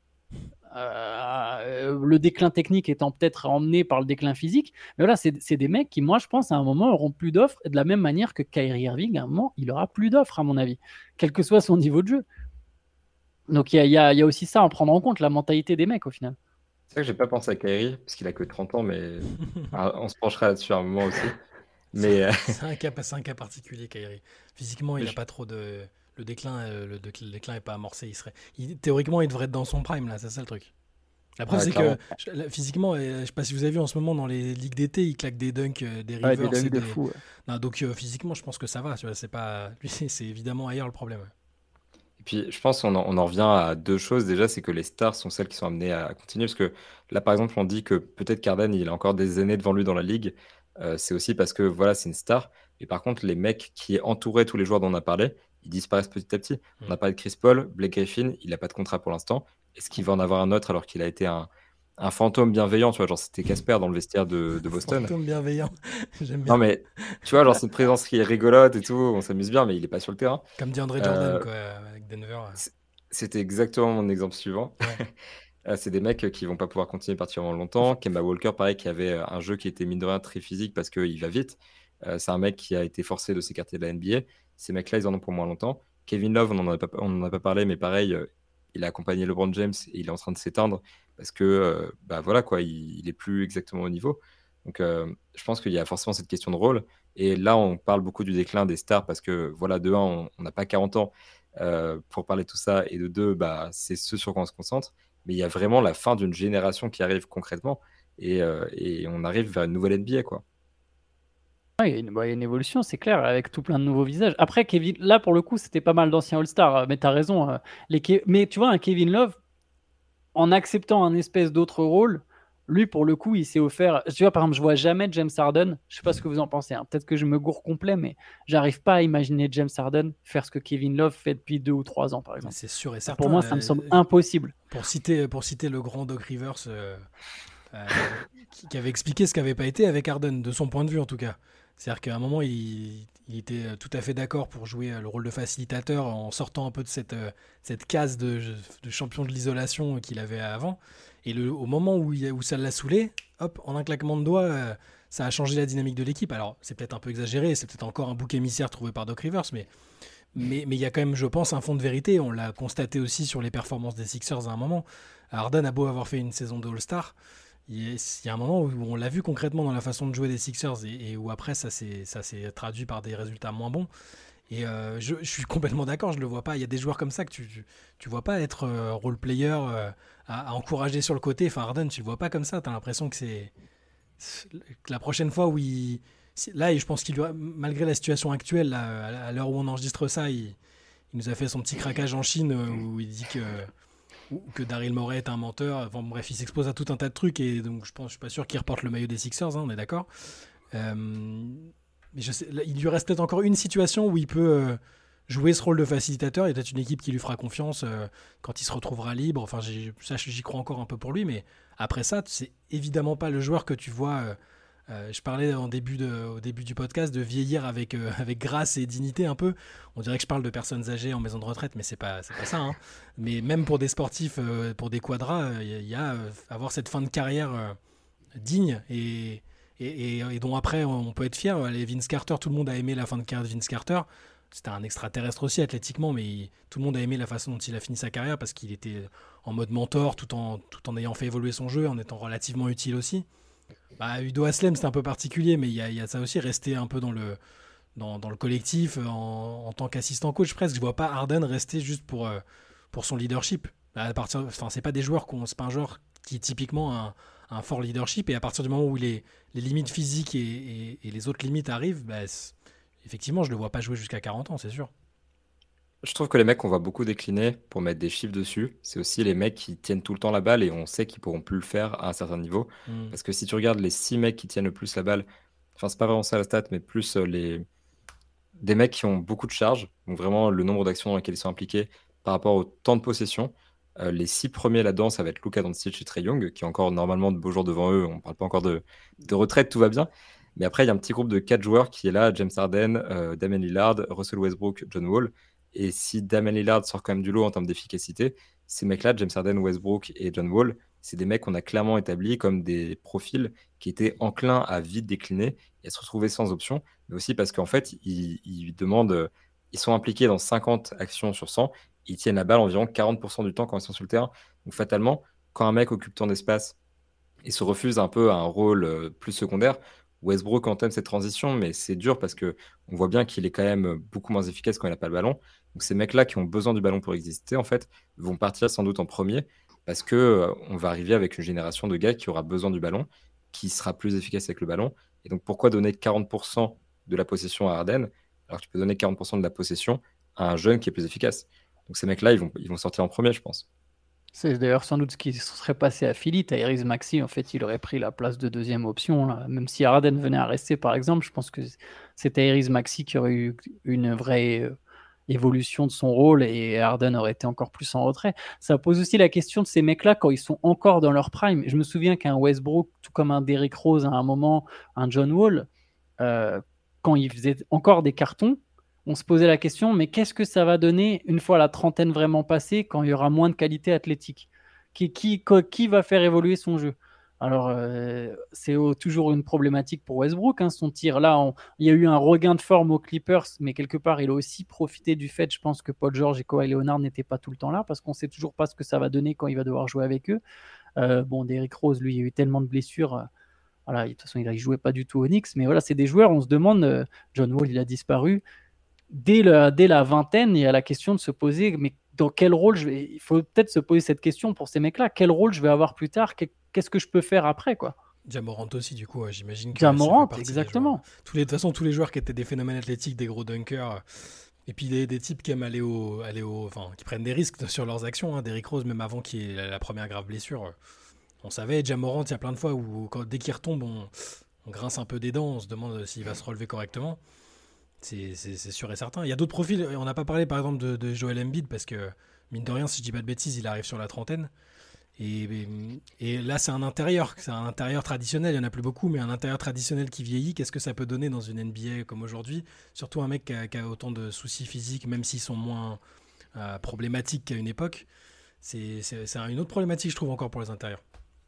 Euh, le déclin technique étant peut-être emmené par le déclin physique. Mais voilà, c'est, c'est des mecs qui, moi, je pense, à un moment, auront plus d'offres. De la même manière que Kyrie Irving, à un moment, il aura plus d'offres, à mon avis, quel que soit son niveau de jeu. Donc, il y a, il y a, il y a aussi ça à en prendre en compte, la mentalité des mecs, au final. C'est vrai que j'ai pas pensé à Kyrie, parce qu'il a que trente ans, mais ah, on se penchera là-dessus à un moment aussi. Mais euh, C'est un cas, c'est un cas particulier, Kyrie. Physiquement, il je- n'a pas trop de. Le déclin, euh, le, déclin le déclin est pas amorcé. Il serait, il- théoriquement, il devrait être dans son prime, là, c'est ça le truc. La preuve, ouais, c'est que clairement. je- là, physiquement, euh, je sais pas si vous avez vu en ce moment dans les ligues d'été, il claque des dunks, euh, des Ouais, des rivers et dunks de des. fou. Ouais. Non, donc euh, physiquement, je pense que ça va. Tu vois, c'est pas. Lui, c'est c'est évidemment ailleurs le problème. Et puis, je pense qu'on en, on en revient à deux choses. Déjà, c'est que les stars sont celles qui sont amenées à continuer. Parce que là, par exemple, on dit que peut-être qu'Arden, il a encore des années devant lui dans la ligue. Euh, c'est aussi parce que, voilà, c'est une star. Et par contre, les mecs qui entouraient tous les joueurs dont on a parlé, ils disparaissent petit à petit. On Mm. a parlé de Chris Paul, Blake Griffin, il n'a pas de contrat pour l'instant. Est-ce qu'il va en avoir un autre alors qu'il a été un, un fantôme bienveillant, tu vois, genre c'était Casper dans le vestiaire de, de Boston. Fantôme bienveillant, j'aime Non, bien. mais tu vois, genre c'est une présence qui est rigolote et tout, on s'amuse bien, mais il est pas sur le terrain. Comme dit André Jordan, Euh, quoi, avec Denver. c'est- C'était exactement mon exemple suivant. Ouais. Euh, c'est des mecs qui vont pas pouvoir continuer particulièrement longtemps. Kemba Walker, pareil, qui avait euh, un jeu qui était mine de rien très physique parce qu'il va vite. Euh, c'est un mec qui a été forcé de s'écarter de la N B A. Ces mecs-là, ils en ont pour moins longtemps. Kevin Love, on n'en a pas, on en a pas parlé, mais pareil, euh, il a accompagné LeBron James et il est en train de s'éteindre parce que, euh, bah voilà, quoi, il, il est plus exactement au niveau. Donc, euh, je pense qu'il y a forcément cette question de rôle. Et là, on parle beaucoup du déclin des stars parce que, voilà, de un, on on n'a pas quarante ans euh, pour parler de tout ça, et de deux, bah, c'est ce sur quoi on se concentre. Mais il y a vraiment la fin d'une génération qui arrive concrètement, et, euh, et on arrive vers une nouvelle N B A, quoi. Ouais, il y a une, bah, il y a une évolution, c'est clair, avec tout plein de nouveaux visages. Après, Kevin, là pour le coup, c'était pas mal d'anciens All-Stars, euh, mais t'as raison. euh, les Ke- Mais tu vois, un Kevin Love, en acceptant un espèce d'autre rôle, lui pour le coup, il s'est offert. Tu vois, par exemple, je vois jamais James Harden. Je sais pas ce que vous en pensez, hein. Peut-être que je me gourre complet, mais j'arrive pas à imaginer James Harden faire ce que Kevin Love fait depuis deux ou trois ans, par Mais exemple. c'est sûr et Pour certain. moi, ça me euh, semble impossible. pour, citer, pour citer le grand Doc Rivers, euh, euh, qui, qui avait expliqué ce qu'avait pas été avec Harden, de son point de vue en tout cas. C'est-à-dire qu'à un moment, il, il était tout à fait d'accord pour jouer euh, le rôle de facilitateur en sortant un peu de cette, euh, cette case de, de champion de l'isolation qu'il avait avant. Et le, au moment où, il- où ça l'a saoulé, hop, en un claquement de doigts, euh, ça a changé la dynamique de l'équipe. Alors, c'est peut-être un peu exagéré, c'est peut-être encore un bouc émissaire trouvé par Doc Rivers, mais mais mais il y a quand même, je pense, un fond de vérité. On l'a constaté aussi sur les performances des Sixers à un moment. Harden a beau avoir fait une saison de All-Star, il y, a, il y a un moment où on l'a vu concrètement dans la façon de jouer des Sixers et, et où après ça s'est ça s'est traduit par des résultats moins bons. Et euh, je, je suis complètement d'accord, je le vois pas. Il y a des joueurs comme ça que tu tu, tu vois pas être euh, role player, euh, à, à encourager sur le côté. Enfin, Harden, tu le vois pas comme ça. T'as l'impression que c'est que la prochaine fois où il si- là, je pense qu'il lui a- malgré la situation actuelle, là, à à l'heure où on enregistre ça, il, il nous a fait son petit craquage en Chine euh, où il dit que, ou- que Daryl Morey est un menteur. Enfin, bref, il s'expose à tout un tas de trucs et donc je pense, je suis pas sûr qu'il reporte le maillot des Sixers, hein, on est d'accord. Euh, mais je sais, là, il lui reste peut-être encore une situation où il peut euh, jouer ce rôle de facilitateur. Il y a peut-être une équipe qui lui fera confiance euh, quand il se retrouvera libre. Enfin, j'ai- ça, j'y crois encore un peu pour lui, mais après ça, c'est évidemment pas le joueur que tu vois. euh, euh, je parlais en début de, au début du podcast de vieillir avec, euh, avec grâce et dignité un peu. On dirait que je parle de personnes âgées en maison de retraite, mais c'est pas, c'est pas ça, hein. Mais même pour des sportifs, euh, pour des quadras, il y, y a euh, avoir cette fin de carrière euh, digne et, et, et, et dont après on peut être fier. Allez, Vince Carter, tout le monde a aimé la fin de carrière de Vince Carter. C'était un extraterrestre aussi athlétiquement, mais il- tout le monde a aimé la façon dont il a fini sa carrière parce qu'il était en mode mentor tout en, tout en ayant fait évoluer son jeu, en étant relativement utile aussi. Bah, Udo Aslem, c'est un peu particulier, mais il y a, il y a ça aussi, rester un peu dans le, dans, dans le collectif, en, en tant qu'assistant coach presque. Je vois pas Harden rester juste pour, euh, pour son leadership. À partir, enfin, c'est pas des joueurs qu'on, c'est pas un joueur qui est typiquement un, un fort leadership, et à partir du moment où les, les limites physiques et, et- et les autres limites arrivent, bah, c'est- effectivement, je le vois pas jouer jusqu'à quarante ans, c'est sûr. Je trouve que les mecs qu'on va beaucoup décliner pour mettre des chiffres dessus, c'est aussi les mecs qui tiennent tout le temps la balle et on sait qu'ils pourront plus le faire à un certain niveau. Mm. Parce que si tu regardes les six mecs qui tiennent le plus la balle, enfin c'est pas vraiment ça la stat, mais plus euh, les des mecs qui ont beaucoup de charges, donc vraiment le nombre d'actions dans lesquelles ils sont impliqués par rapport au temps de possession. Euh, les six premiers là-dedans, ça va être Luka Doncic et Trae Young, qui ont encore normalement de beaux jours devant eux. On parle pas encore de, de retraite, tout va bien. Mais après, il y a un petit groupe de quatre joueurs qui est là, James Harden, euh, Damian Lillard, Russell Westbrook, John Wall. Et si Damian Lillard sort quand même du lot en termes d'efficacité, ces mecs-là, James Harden, Westbrook et John Wall, c'est des mecs qu'on a clairement établis comme des profils qui étaient enclins à vite décliner et à se retrouver sans option, mais aussi parce qu'en fait, ils, ils demandent, euh, ils sont impliqués dans cinquante actions sur cent, ils tiennent la balle environ quarante pour cent du temps quand ils sont sur le terrain. Donc fatalement, quand un mec occupe tant d'espace et se refuse un peu à un rôle euh, plus secondaire, Westbrook entame cette transition, mais c'est dur parce qu'on voit bien qu'il est quand même beaucoup moins efficace quand il n'a pas le ballon. Donc ces mecs-là qui ont besoin du ballon pour exister, en fait, vont partir sans doute en premier parce qu'on euh, va arriver avec une génération de gars qui aura besoin du ballon, qui sera plus efficace avec le ballon. Et donc pourquoi donner quarante pour cent de la possession à Harden alors que tu peux donner quarante pour cent de la possession à un jeune qui est plus efficace. Donc ces mecs-là, ils vont, ils vont sortir en premier, je pense. C'est d'ailleurs sans doute ce qui se serait passé à Philly. Tyrese Maxey, en fait, il aurait pris la place de deuxième option, là. Même si Harden venait à rester, par exemple, je pense que c'est Tyrese Maxey qui aurait eu une vraie euh, évolution de son rôle et Harden aurait été encore plus en retrait. Ça pose aussi la question de ces mecs-là quand ils sont encore dans leur prime. Je me souviens qu'un Westbrook, tout comme un Derrick Rose à un moment, un John Wall, euh, quand ils faisaient encore des cartons, on se posait la question, mais qu'est-ce que ça va donner une fois la trentaine vraiment passée, quand il y aura moins de qualité athlétique? Qui, qui, qui va faire évoluer son jeu? Alors, euh, c'est au- toujours une problématique pour Westbrook, hein, son tir. Là, on- il y a eu un regain de forme aux Clippers, mais quelque part, il a aussi profité du fait, je pense, que Paul George et Kawhi Leonard n'étaient pas tout le temps là, parce qu'on ne sait toujours pas ce que ça va donner quand il va devoir jouer avec eux. Euh, bon, Derrick Rose, lui, il y a eu tellement de blessures. euh, voilà, de toute façon, il ne jouait pas du tout aux Knicks, mais voilà, c'est des joueurs, on se demande, euh, John Wall, il a disparu. Dès, le- dès la vingtaine, il y a la question de se poser, mais dans quel rôle je vais... Il faut peut-être se poser cette question pour ces mecs-là. Quel rôle je vais avoir plus tard? Qu'est- Qu'est-ce que je peux faire après, quoi? Ja Morant aussi, du coup, ouais, j'imagine que Ja ça fait Morant, partie des exactement. joueurs. Tous les, de toute façon, tous les joueurs qui étaient des phénomènes athlétiques, des gros dunkers, euh, et puis des, des types qui aiment aller au, aller au, enfin, qui prennent des risques sur leurs actions. Hein. Derrick Rose, même avant qu'il y ait la, la première grave blessure, euh, on savait. Ja Morant, il y a plein de fois où, quand, dès qu'il retombe, on, on grince un peu des dents, on se demande s'il va se relever correctement. C'est, c'est, c'est sûr et certain. Il y a d'autres profils. On n'a pas parlé, par exemple, de, de Joel Embiid parce que, mine de rien, si je dis pas de bêtises, il arrive sur la trentaine. Et, et là, c'est un intérieur, c'est un intérieur traditionnel. Il n'y en a plus beaucoup, mais un intérieur traditionnel qui vieillit, qu'est-ce que ça peut donner dans une N B A comme aujourd'hui? Surtout un mec qui a, qui a autant de soucis physiques, même s'ils sont moins euh, problématiques qu'à une époque. C'est, c'est, c'est une autre problématique, je trouve, encore pour les intérieurs.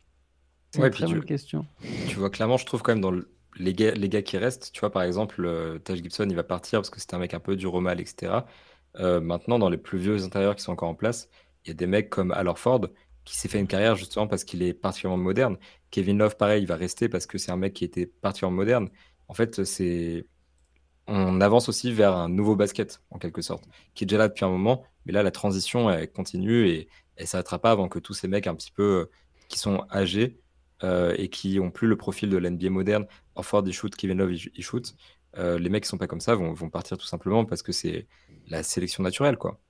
C'est Ouais, une puis très tu, bonne question. tu vois clairement, je trouve quand même dans le- les gars, les gars qui restent, tu vois, par exemple, euh, Taj Gibson, il va partir parce que c'était un mec un peu dur au mal, et cetera. Euh, maintenant, dans les plus vieux intérieurs qui sont encore en place, il y a des mecs comme Al Horford qui s'est fait une carrière justement parce qu'il est particulièrement moderne. Kevin Love, pareil, il va rester parce que c'est un mec qui était particulièrement moderne. En fait, c'est on avance aussi vers un nouveau basket, en quelque sorte, qui est déjà là depuis un moment, mais là, la transition, elle continue et elle ne s'arrêtera pas avant que tous ces mecs un petit peu euh, qui sont âgés euh, et qui ont plus le profil de l'N B A moderne, Horford, il shoot, Kevin Love, il il shoot, euh, les mecs qui sont pas comme ça vont, vont partir tout simplement parce que c'est la sélection naturelle, quoi.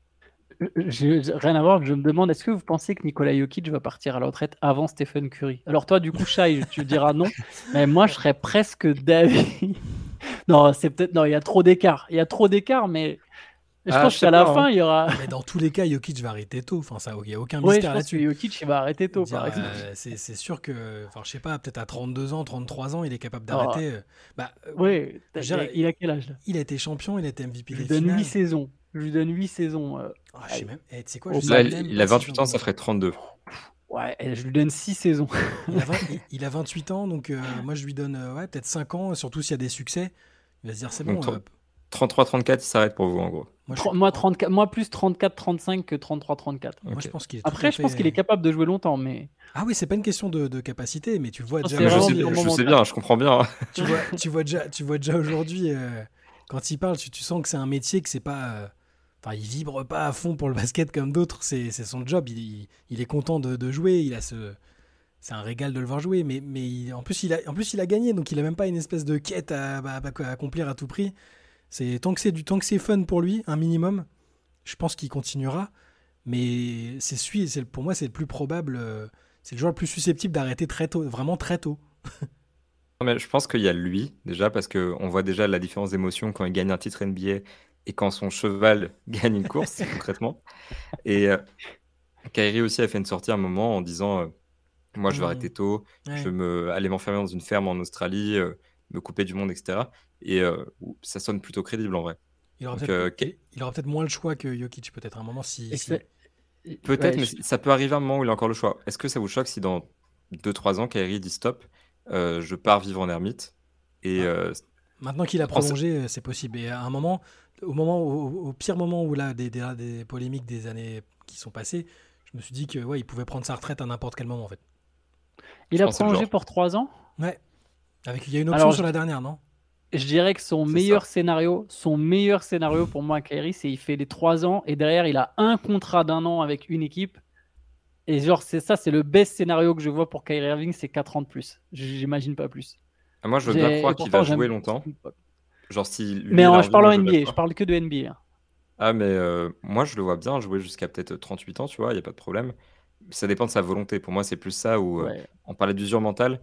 J'ai j'ai rien à voir, je me demande, est-ce que vous pensez que Nikola Jokic va partir à la retraite avant Stephen Curry? Alors toi, du coup, Shai, tu diras non, mais moi, je serais presque d'avis. Non, c'est peut-être... Non, il y a trop d'écart. Il y a trop d'écart, mais je Ah, pense je sais qu'à la pas, fin, hein. il y aura... Mais dans tous les cas, Jokic va arrêter tôt. Enfin, ça, il n'y a aucun Oui, je mystère pense que là-dessus. Jokic, il va arrêter tôt, Dire, par exemple. euh, c'est, c'est sûr que, enfin, je sais pas, peut-être à trente-deux ans, trente-trois ans, il est capable Oh, d'arrêter. euh, Bah, euh, oui, je veux dire, il a quel âge, là? il a été champion, il a été M V P Je des lui donne huit finales. saisons. Je lui donne huit saisons. euh, Ah, je sais allez, même, eh, tu sais quoi, au je Là, sais max. il, même il pas a si vingt-huit j'en ans, ai ça mis. ferait trente-deux. Ouais, et je lui donne six saisons. Il a, vingt il, il a vingt-huit ans, donc euh, moi je lui donne euh, ouais, peut-être cinq ans, surtout s'il y a des succès. Il va se dire c'est Donc bon. euh, trente-trois trente-quatre, il s'arrête pour vous, en gros. moi, je suis- Tro- Moi, trente-quatre, moi, plus trente-quatre trente-cinq que trente-trois trente-quatre. moi, Ok. je pense qu'il est tout Après, à je pense fait. qu'il est capable de jouer longtemps, mais Ah oui, c'est pas une question de, de capacité, mais tu vois je pense déjà que c'est Mais je vraiment sais, aujourd'hui, purement je sais mental. bien, je comprends bien, hein. tu vois, tu vois déjà, tu vois déjà aujourd'hui euh, quand il parle, tu, tu sens que c'est un métier que c'est pas. euh, Enfin, il vibre pas à fond pour le basket comme d'autres. C'est, c'est son job. Il, il, il est content de, de jouer. Il a ce, c'est un régal de le voir jouer. Mais, mais il- en plus, il a, en plus, il a gagné. Donc, il a même pas une espèce de quête à, à- à accomplir à tout prix. C'est tant que c'est du, tant que c'est fun pour lui, un minimum. Je pense qu'il continuera. Mais c'est celui, c'est, pour moi, c'est le plus probable. euh, C'est le joueur le plus susceptible d'arrêter très tôt, vraiment très tôt. Non, mais je pense qu'il y a lui, déjà, parce qu'on voit déjà la différence d'émotion quand il gagne un titre N B A et quand son cheval gagne une course, concrètement. Et euh, Kyrie aussi a fait une sortie à un moment en disant euh, moi, je vais Mmh. arrêter tôt, je Ouais. vais me, aller m'enfermer dans une ferme en Australie, euh, me couper du monde, et cetera. Et euh, ça sonne plutôt crédible en vrai. Il aura Donc, peut-être, euh, Ky- il, il aura peut-être moins le choix que Jokic, peut-être à un moment si. si... Exa- peut-être, ouais, mais je- ça peut arriver à un moment où il a encore le choix. Est-ce que ça vous choque si dans deux trois ans, Kyrie dit stop, euh, je pars vivre en ermite et Ah. euh, Maintenant qu'il a prends ce- prolongé, euh, c'est possible. Et à un moment, au moment, au, au pire moment où là, des, des, des polémiques des années qui sont passées, je me suis dit que ouais, il pouvait prendre sa retraite à n'importe quel moment en fait. Il je a pense que c'est le prolongé genre. pour trois ans. Ouais. Avec, il y a une option Alors, sur je, la dernière, non? je dirais que son C'est meilleur ça. scénario, son meilleur scénario pour moi, Kyrie, c'est il fait les trois ans et derrière, il a un contrat d'un an avec une équipe. Et genre, c'est ça, c'est le best scénario que je vois pour Kyrie Irving, c'est quatre ans de plus. J'imagine pas plus. Ah, moi, je veux bien J'ai... Et croire qu'il pourtant, va j'aime. jouer longtemps. Genre, si lui, Mais il a en- je envie de parle en le jouer, N B A, je d'accord. parle que de N B A. Ah, mais euh, moi, je le vois bien jouer jusqu'à peut-être trente-huit ans, tu vois, il n'y a pas de problème. Ça dépend de sa volonté. Pour moi, c'est plus ça où euh, Ouais. on parlait d'usure mentale.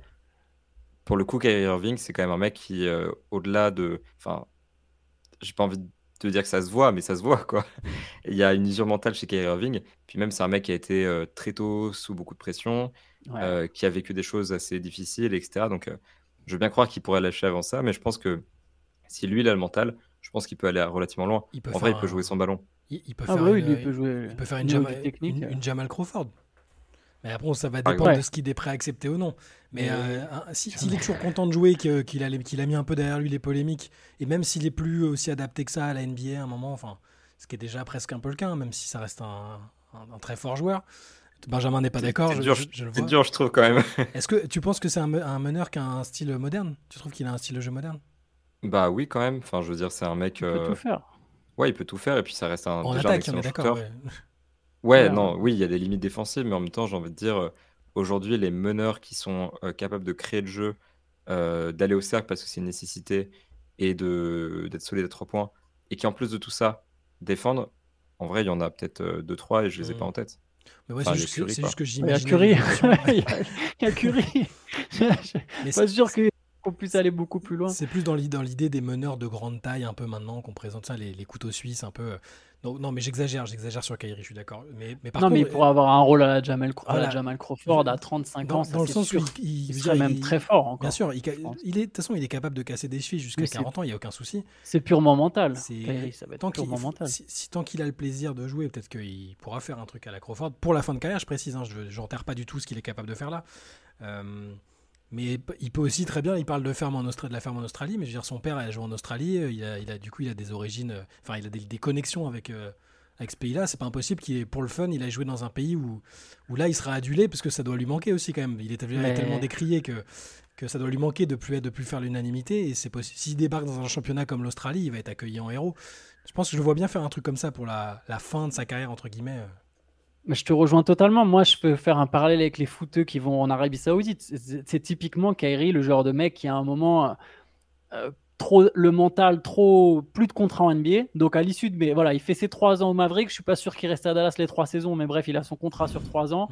Pour le coup, Kyrie Irving, c'est quand même un mec qui, euh, au-delà de. Enfin, j'ai pas envie de te dire que ça se voit, mais ça se voit, quoi. Il y a une usure mentale chez Kyrie Irving. Puis même, c'est un mec qui a été euh, très tôt sous beaucoup de pression, Ouais. euh, qui a vécu des choses assez difficiles, et cetera. Donc, euh, je veux bien croire qu'il pourrait lâcher avant ça, mais je pense que si lui, il a le mental, je pense qu'il peut aller relativement loin. Il peut En vrai, faire il peut jouer un- sans ballon. Il, il peut Ah faire bah oui, une, lui, il peut jouer il peut faire au une, niveau Jama- du technique. une, euh. une Jamal Crawford. Mais après, ça va Par dépendre exemple. de ce qu'il est prêt à accepter ou non. Mais Mais- euh, un- si- s'il est toujours content de jouer, que- qu'il a, les- qu'il a mis un peu derrière lui les polémiques, et même s'il est plus aussi adapté que ça à la N B A à un moment, enfin, ce qui est déjà presque un peu le cas, hein, même si ça reste un, un- un très fort joueur. Benjamin n'est pas C'est d'accord, c'est je, dur, je- je le c'est vois. dur, je trouve, quand même. Est-ce que tu penses que c'est un, me- un meneur qui a un style moderne? Tu trouves qu'il a un style de jeu moderne? Bah oui, quand même. Enfin, je veux dire, c'est un mec. Il peut euh, tout faire. Ouais, il peut tout faire, et puis ça reste un, En déjà un attaque, on est excellent d'accord, shooter. ouais. Ouais, Ouais, non, ouais. oui, il y a des limites défensives, mais en même temps, j'ai envie de dire, euh, aujourd'hui, les meneurs qui sont euh, capables de créer le jeu, euh, d'aller au cercle parce que c'est une nécessité, et de d'être solide à trois points, et qui en plus de tout ça, défendre, en vrai, il y en a peut-être euh, deux, trois, et je les ai Mhm. pas en tête. Mais ouais, Enfin, c'est les juste, que- Curry, c'est quoi. juste que Il y a j'imaginais Curry. l'évolution. Il y a- il y a Curry. Je Mais suis pas c'est- sûr que- qu'on puisse aller beaucoup plus loin. C'est plus dans l'i- dans l'idée des meneurs de grande taille un peu maintenant qu'on présente ça, les, les couteaux suisses un peu. euh. Non, non mais j'exagère, j'exagère sur Kyrie, je suis d'accord. Mais, mais par Non, mais il contre, pourrait avoir un rôle à la Jamal, à la Voilà. Jamal Crawford à trente-cinq dans, ans, ça dans le c'est sens sûr. où il, il- Il je veux serait dire, même il- très fort encore. Bien sûr, il, ca- je pense. il est, de toute façon, il est capable de casser des chevilles jusqu'à Oui, c'est- quarante ans, il n'y a aucun souci. C'est purement mental. C'est- Kyrie, ça va être Tant qu'il, purement faut- mental. si, si- tant qu'il a le plaisir de jouer, peut-être qu'il pourra faire un truc à la Crawford. Pour la fin de carrière, je précise, hein, je n'enterre pas du tout ce qu'il est capable de faire là. Euh, mais p- il peut aussi très bien, il parle de, ferme en Austra- de la ferme en Australie, mais je veux dire, son père a joué en Australie, euh, il a, il a, du coup, il a des origines, euh, enfin, il a des, des connexions avec, euh, avec ce pays-là. C'est pas impossible qu'il ait, pour le fun, il a joué dans un pays où, où là, il sera adulé, parce que ça doit lui manquer aussi quand même. Il est tel- Mais- tellement décrié que, que ça doit lui manquer de plus, être- de plus faire l'unanimité. Et c'est possible. S'il débarque dans un championnat comme l'Australie, il va être accueilli en héros. Je pense que je le vois bien faire un truc comme ça pour la, la fin de sa carrière, entre guillemets. Mais je te rejoins totalement. Moi, je peux faire un parallèle avec les footeux qui vont en Arabie Saoudite. C'est- C'est c'est typiquement Kyrie, le genre de mec qui à un moment euh, trop le mental, trop plus de contrat en N B A. Donc à l'issue de, mais voilà, il fait ses trois ans au Maverick. Je suis pas sûr qu'il reste à Dallas les trois saisons, mais bref, il a son contrat sur trois ans. Mhm.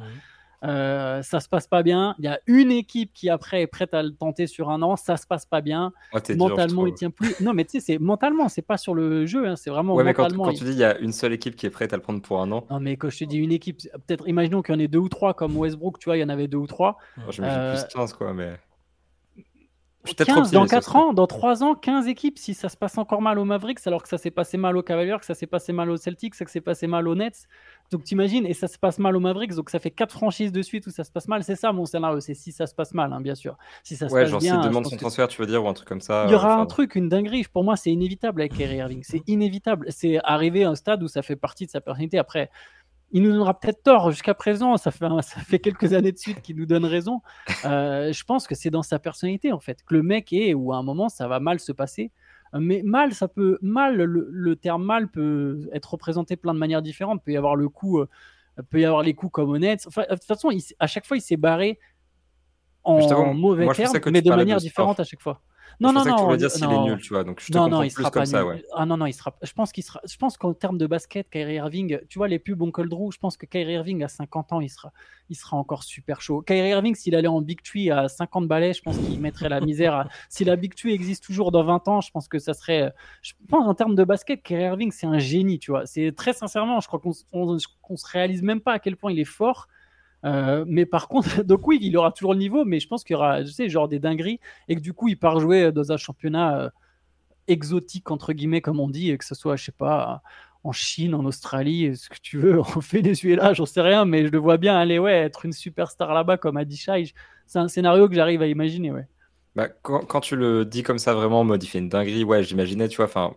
Euh, ça se passe pas bien. Il y a une équipe qui après est prête à le tenter sur un an. Ça se passe pas bien. Oh, t'es dur, je Mentalement, il trouve. tient plus. Non, mais tu sais, c'est mentalement, c'est pas sur le jeu. Hein, c'est vraiment Ouais, mais quand, mentalement. quand il- tu dis il y a une seule équipe qui est prête à le prendre pour un an, Non, mais quand je te dis une équipe, peut-être imaginons qu'il y en ait deux ou trois comme Westbrook, tu vois, il y en avait deux ou trois. moi, j'imagine Euh, plus quinze, quoi, mais. Je suis peut-être trop quinze dans optimiste quatre aussi. ans, dans trois ans, quinze équipes, si ça se passe encore mal aux Mavericks, alors que ça s'est passé mal aux Cavaliers, que ça s'est passé mal aux Celtics, que ça s'est passé mal aux Nets. Donc t'imagines, et ça se passe mal aux Mavericks, donc ça fait quatre franchises de suite où ça se passe mal. C'est ça mon scénario, c'est si ça se passe mal, hein, bien sûr. Si ça se Ouais, passe genre bien, s'il je demande pense son que transfert, tu veux dire, ou un truc comme ça. il y euh, aura un enfin, truc, une dinguerie. Pour moi, c'est inévitable avec Kyrie Irving. C'est inévitable. C'est arrivé à un stade où ça fait partie de sa personnalité. Après, il nous donnera peut-être tort jusqu'à présent. Ça fait, un- ça fait quelques années de suite qu'il nous donne raison. Euh, je pense que c'est dans sa personnalité, en fait, que le mec est où à un moment, ça va mal se passer. Euh, Mais mal, ça peut. Mal, le, le terme mal peut être représenté plein de manières différentes. Il peut y avoir le coup. euh, peut y avoir les coups comme honnêtes. Enfin, de toute façon, il s- à chaque fois, il s'est barré Mais je t'avoue, en mauvais moi, je termes, pensais que mais tu de parlais manière de différente sport. à chaque fois. Je Non, non, pensais que tu non, voulais dire s'il est non. nul, tu vois, donc je te Non, non, comprends il plus sera comme pas ça, nul. ouais. Ah non, non, il sera. Je pense qu'il sera. Je pense qu'en termes de basket, Kyrie Irving, tu vois les pubs Uncle Drew, je pense que Kyrie Irving à cinquante ans, il sera, il sera encore super chaud. Kyrie Irving, s'il allait en Big Tree à cinquante balais, je pense qu'il mettrait la misère. À... Si la Big Tree existe toujours dans vingt ans, je pense que ça serait. Je pense en termes de basket, Kyrie Irving, c'est un génie, tu vois. C'est très sincèrement, je crois qu'on s- on, qu'on se réalise même pas à quel point il est fort. Euh, mais par contre, donc oui, il aura toujours le niveau, mais je pense qu'il y aura, je sais, genre des dingueries, et que du coup, il part jouer dans un championnat euh, exotique, entre guillemets, comme on dit, et que ce soit, je sais pas, en Chine, en Australie, ce que tu veux, en Venezuela, j'en sais rien, mais je le vois bien aller, ouais, être une superstar là-bas, comme a dit Shai. C'est un scénario que j'arrive à imaginer, ouais. Bah, quand, quand tu le dis comme ça, vraiment, en mode il fait une dinguerie, ouais, j'imaginais, tu vois, enfin,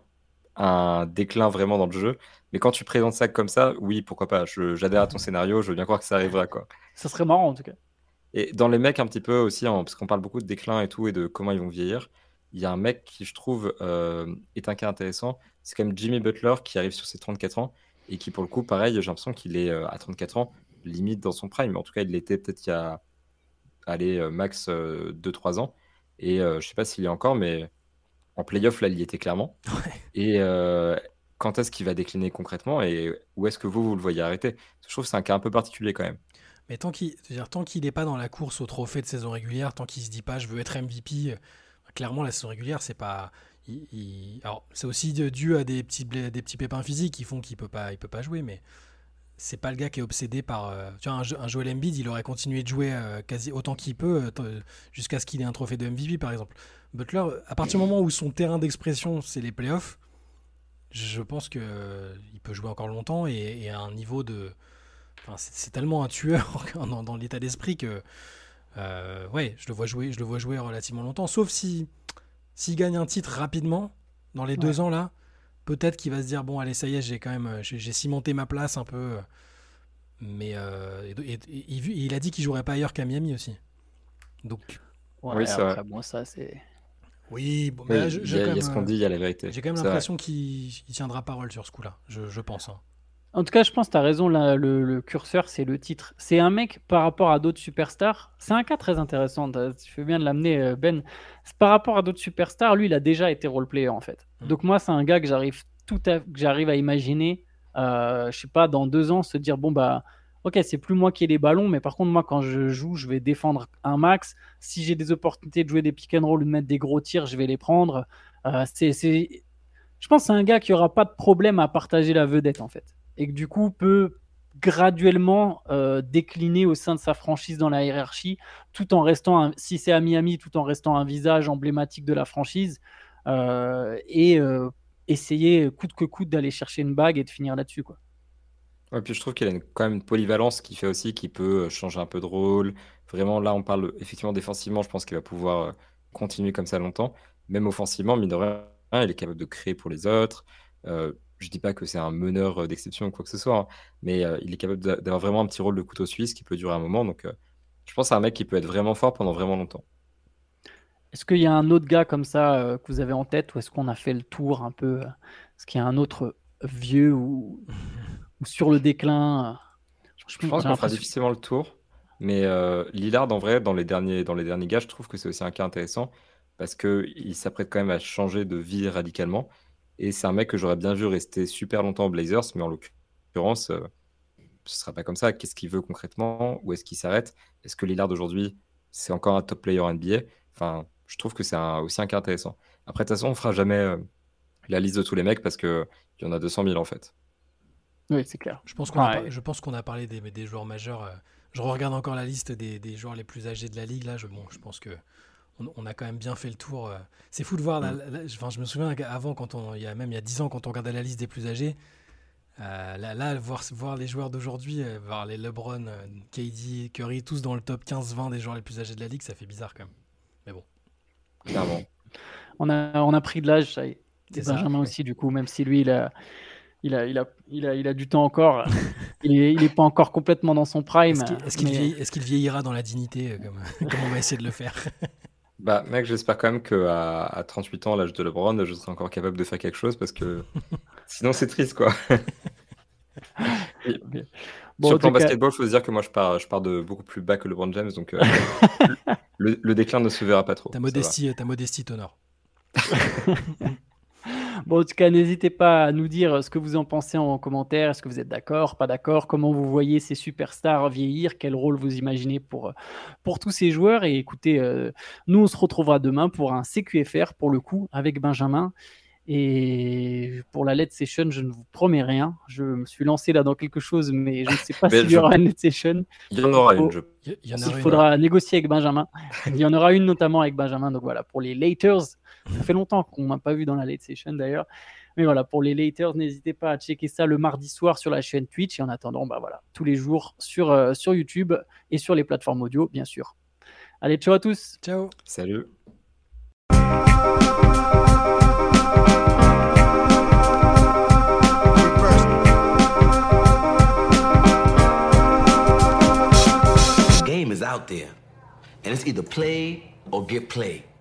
un déclin vraiment dans le jeu. Mais quand tu présentes ça comme ça, oui, pourquoi pas. Je- J'adhère à ton scénario, je veux bien croire que ça arrivera, quoi. Ça serait marrant, en tout cas. Et dans les mecs un petit peu aussi, hein, parce qu'on parle beaucoup de déclin et tout, et de comment ils vont vieillir, il y a un mec qui, je trouve, euh, est un cas intéressant. C'est quand même Jimmy Butler qui arrive sur ses trente-quatre ans et qui, pour le coup, pareil, j'ai l'impression qu'il est euh, à trente-quatre ans, limite dans son prime. En tout cas, il l'était peut-être il y a allez, euh, max euh, deux trois ans. Et euh, je sais pas s'il y est encore, mais en playoff, là, il y était clairement. Ouais. Et euh, quand est-ce qu'il va décliner concrètement et où est-ce que vous, vous le voyez arrêter? Je trouve que c'est un cas un peu particulier quand même. Mais tant qu'il c'est-à-dire, tant qu'il n'est pas dans la course au trophée de saison régulière, tant qu'il se dit pas je veux être M V P, euh, clairement la saison régulière c'est pas. il- il- Alors c'est aussi de- dû à des petits bla- des petits pépins physiques qui font qu'il peut pas il peut pas jouer, mais c'est pas le gars qui est obsédé par. euh, Tu vois, un, Jo- un Joel Embiid, il aurait continué de jouer euh, quasi autant qu'il peut euh, t- euh, jusqu'à ce qu'il ait un trophée de M V P par exemple. Butler, à partir du moment où son terrain d'expression c'est les playoffs, je pense que euh, il peut jouer encore longtemps et, et à un niveau de. Enfin, c'est, c'est tellement un tueur dans, dans l'état d'esprit que euh, ouais, je le vois jouer, je le vois jouer relativement longtemps. Sauf si s'il gagne un titre rapidement dans les Ouais. deux ans là, peut-être qu'il va se dire bon allez ça y est j'ai quand même euh, j'ai, j'ai cimenté ma place un peu. Mais euh, et- et- et il, il a dit qu'il jouerait pas ailleurs qu'à Miami aussi. Donc Ouais, Oui, c'est après, vrai. bon, ça, c'est. oui, bon, mais Oui, là, je- il j'ai y a, quand il y a même, ce qu'on euh, dit, il y a la vérité. j'ai quand même C'est vrai. l'impression qu'il, il tiendra parole sur ce coup-là. Je, je pense. hein. En tout cas, je pense que tu as raison, là, le, le curseur, c'est le titre. C'est un mec par rapport à d'autres superstars. C'est un cas très intéressant. t'as- Tu fais bien de l'amener, euh, Ben. C'est par rapport à d'autres superstars, lui, il a déjà été role-player, en fait. Mm. Donc, moi, c'est un gars que j'arrive tout à, que j'arrive à imaginer, euh, je sais pas, dans deux ans, se dire bon, bah, ok, c'est plus moi qui ai les ballons, mais par contre, moi, quand je joue, je vais défendre un max. Si j'ai des opportunités de jouer des pick and roll ou de mettre des gros tirs, je vais les prendre. Euh, c'est, c'est... Je pense que c'est un gars qui aura pas de problème à partager la vedette, en fait. Et que du coup peut graduellement euh, décliner au sein de sa franchise dans la hiérarchie, tout en restant, un- si c'est à Miami, tout en restant un visage emblématique de la franchise, euh, et euh, essayer coûte que coûte d'aller chercher une bague et de finir là-dessus, quoi. Ouais, puis je trouve qu'il a une- quand même une polyvalence qui fait aussi qu'il peut euh, changer un peu de rôle. Vraiment, là, on parle effectivement défensivement. Je pense qu'il va pouvoir euh, continuer comme ça longtemps. Même offensivement, mine de rien, il est capable de créer pour les autres. Euh, je dis pas que c'est un meneur euh, d'exception ou quoi que ce soit, hein, mais euh, il est capable d'a- d'avoir vraiment un petit rôle de couteau suisse qui peut durer un moment. Donc, euh, je pense que c'est un mec qui peut être vraiment fort pendant vraiment longtemps. Est-ce qu'il y a un autre gars comme ça euh, que vous avez en tête, ou est-ce qu'on a fait le tour un peu euh, Est-ce qu'il y a un autre vieux ou, ou sur le déclin euh, Je j'ai pense qu'on fera l'impression- difficilement le tour, mais euh, Lillard, en vrai, dans les derniers, dans les derniers gars, je trouve que c'est aussi un cas intéressant parce qu'il s'apprête quand même à changer de vie radicalement. Et c'est un mec que j'aurais bien vu rester super longtemps aux Blazers, mais en l'occurrence, euh, ce sera pas comme ça. Qu'est-ce qu'il veut concrètement? Où est-ce qu'il s'arrête? Est-ce que Lillard aujourd'hui, c'est encore un top player N B A? Enfin, je trouve que c'est un- aussi un cas intéressant. Après, de toute façon, on fera jamais euh, la liste de tous les mecs parce qu'il y en a deux cent mille en fait. Oui, c'est clair. Je pense qu'on a, Ouais. par- je pense qu'on a parlé des, des joueurs majeurs. euh, Je regarde encore la liste des, des joueurs les plus âgés de la ligue. Là, je, bon, je pense que on, on a quand même bien fait le tour. euh. C'est fou de voir. la- Mm. la- la- enfin, je me souviens qu'avant, quand on, il y a même il y a dix ans, quand on regardait la liste des plus âgés, euh, là, là, voir, voir les joueurs d'aujourd'hui, euh, voir les LeBron, euh, K D, Curry, tous dans le top quinze vingt des joueurs les plus âgés de la ligue, ça fait bizarre quand même. Mais bon, Clairement. On a, on a pris de l'âge, ça y est. C'est Et ça. Benjamin aussi, du coup, même si lui, il a, il a, il a, il a, il a du temps encore. il est, il est pas encore complètement dans son prime. est-ce qu'il, est-ce qu'il mais- vieillit- est-ce qu'il vieillira dans la dignité, euh, comme, comme on va essayer de le faire? Bah, mec, j'espère quand même qu'à à trente-huit ans, à l'âge de LeBron, je serai encore capable de faire quelque chose parce que sinon, c'est triste, quoi. Et Bon, sur en le plan tout cas- basketball, il faut se dire que moi, je pars, je pars de beaucoup plus bas que LeBron James, donc euh, le, le déclin ne se verra pas trop. Ta ça va. modestie, ta modestie t'honore. Bon, en tout cas, n'hésitez pas à nous dire ce que vous en pensez en commentaire. Est-ce que vous êtes d'accord, pas d'accord? Comment vous voyez ces superstars vieillir? Quel rôle vous imaginez pour, pour tous ces joueurs? Et écoutez, euh, nous, on se retrouvera demain pour un C Q F R, pour le coup, avec Benjamin. Et pour la L E D Session, je ne vous promets rien. Je me suis lancé là dans quelque chose, mais je ne sais pas Mais s'il y je- aura une L E D Session. Il y en aura Oh. une, je Il y, il y en Il aura une. faudra négocier avec Benjamin. Il y en aura une notamment avec Benjamin. Donc voilà, pour les Laters, ça fait longtemps qu'on m'a pas vu dans la late session d'ailleurs. Mais voilà, pour les Laters, n'hésitez pas à checker ça le mardi soir sur la chaîne Twitch. Et en attendant, bah voilà, tous les jours sur, euh, sur YouTube et sur les plateformes audio, bien sûr. Allez, ciao à tous. Ciao. Salut. The game is out there. And it's either play or get played.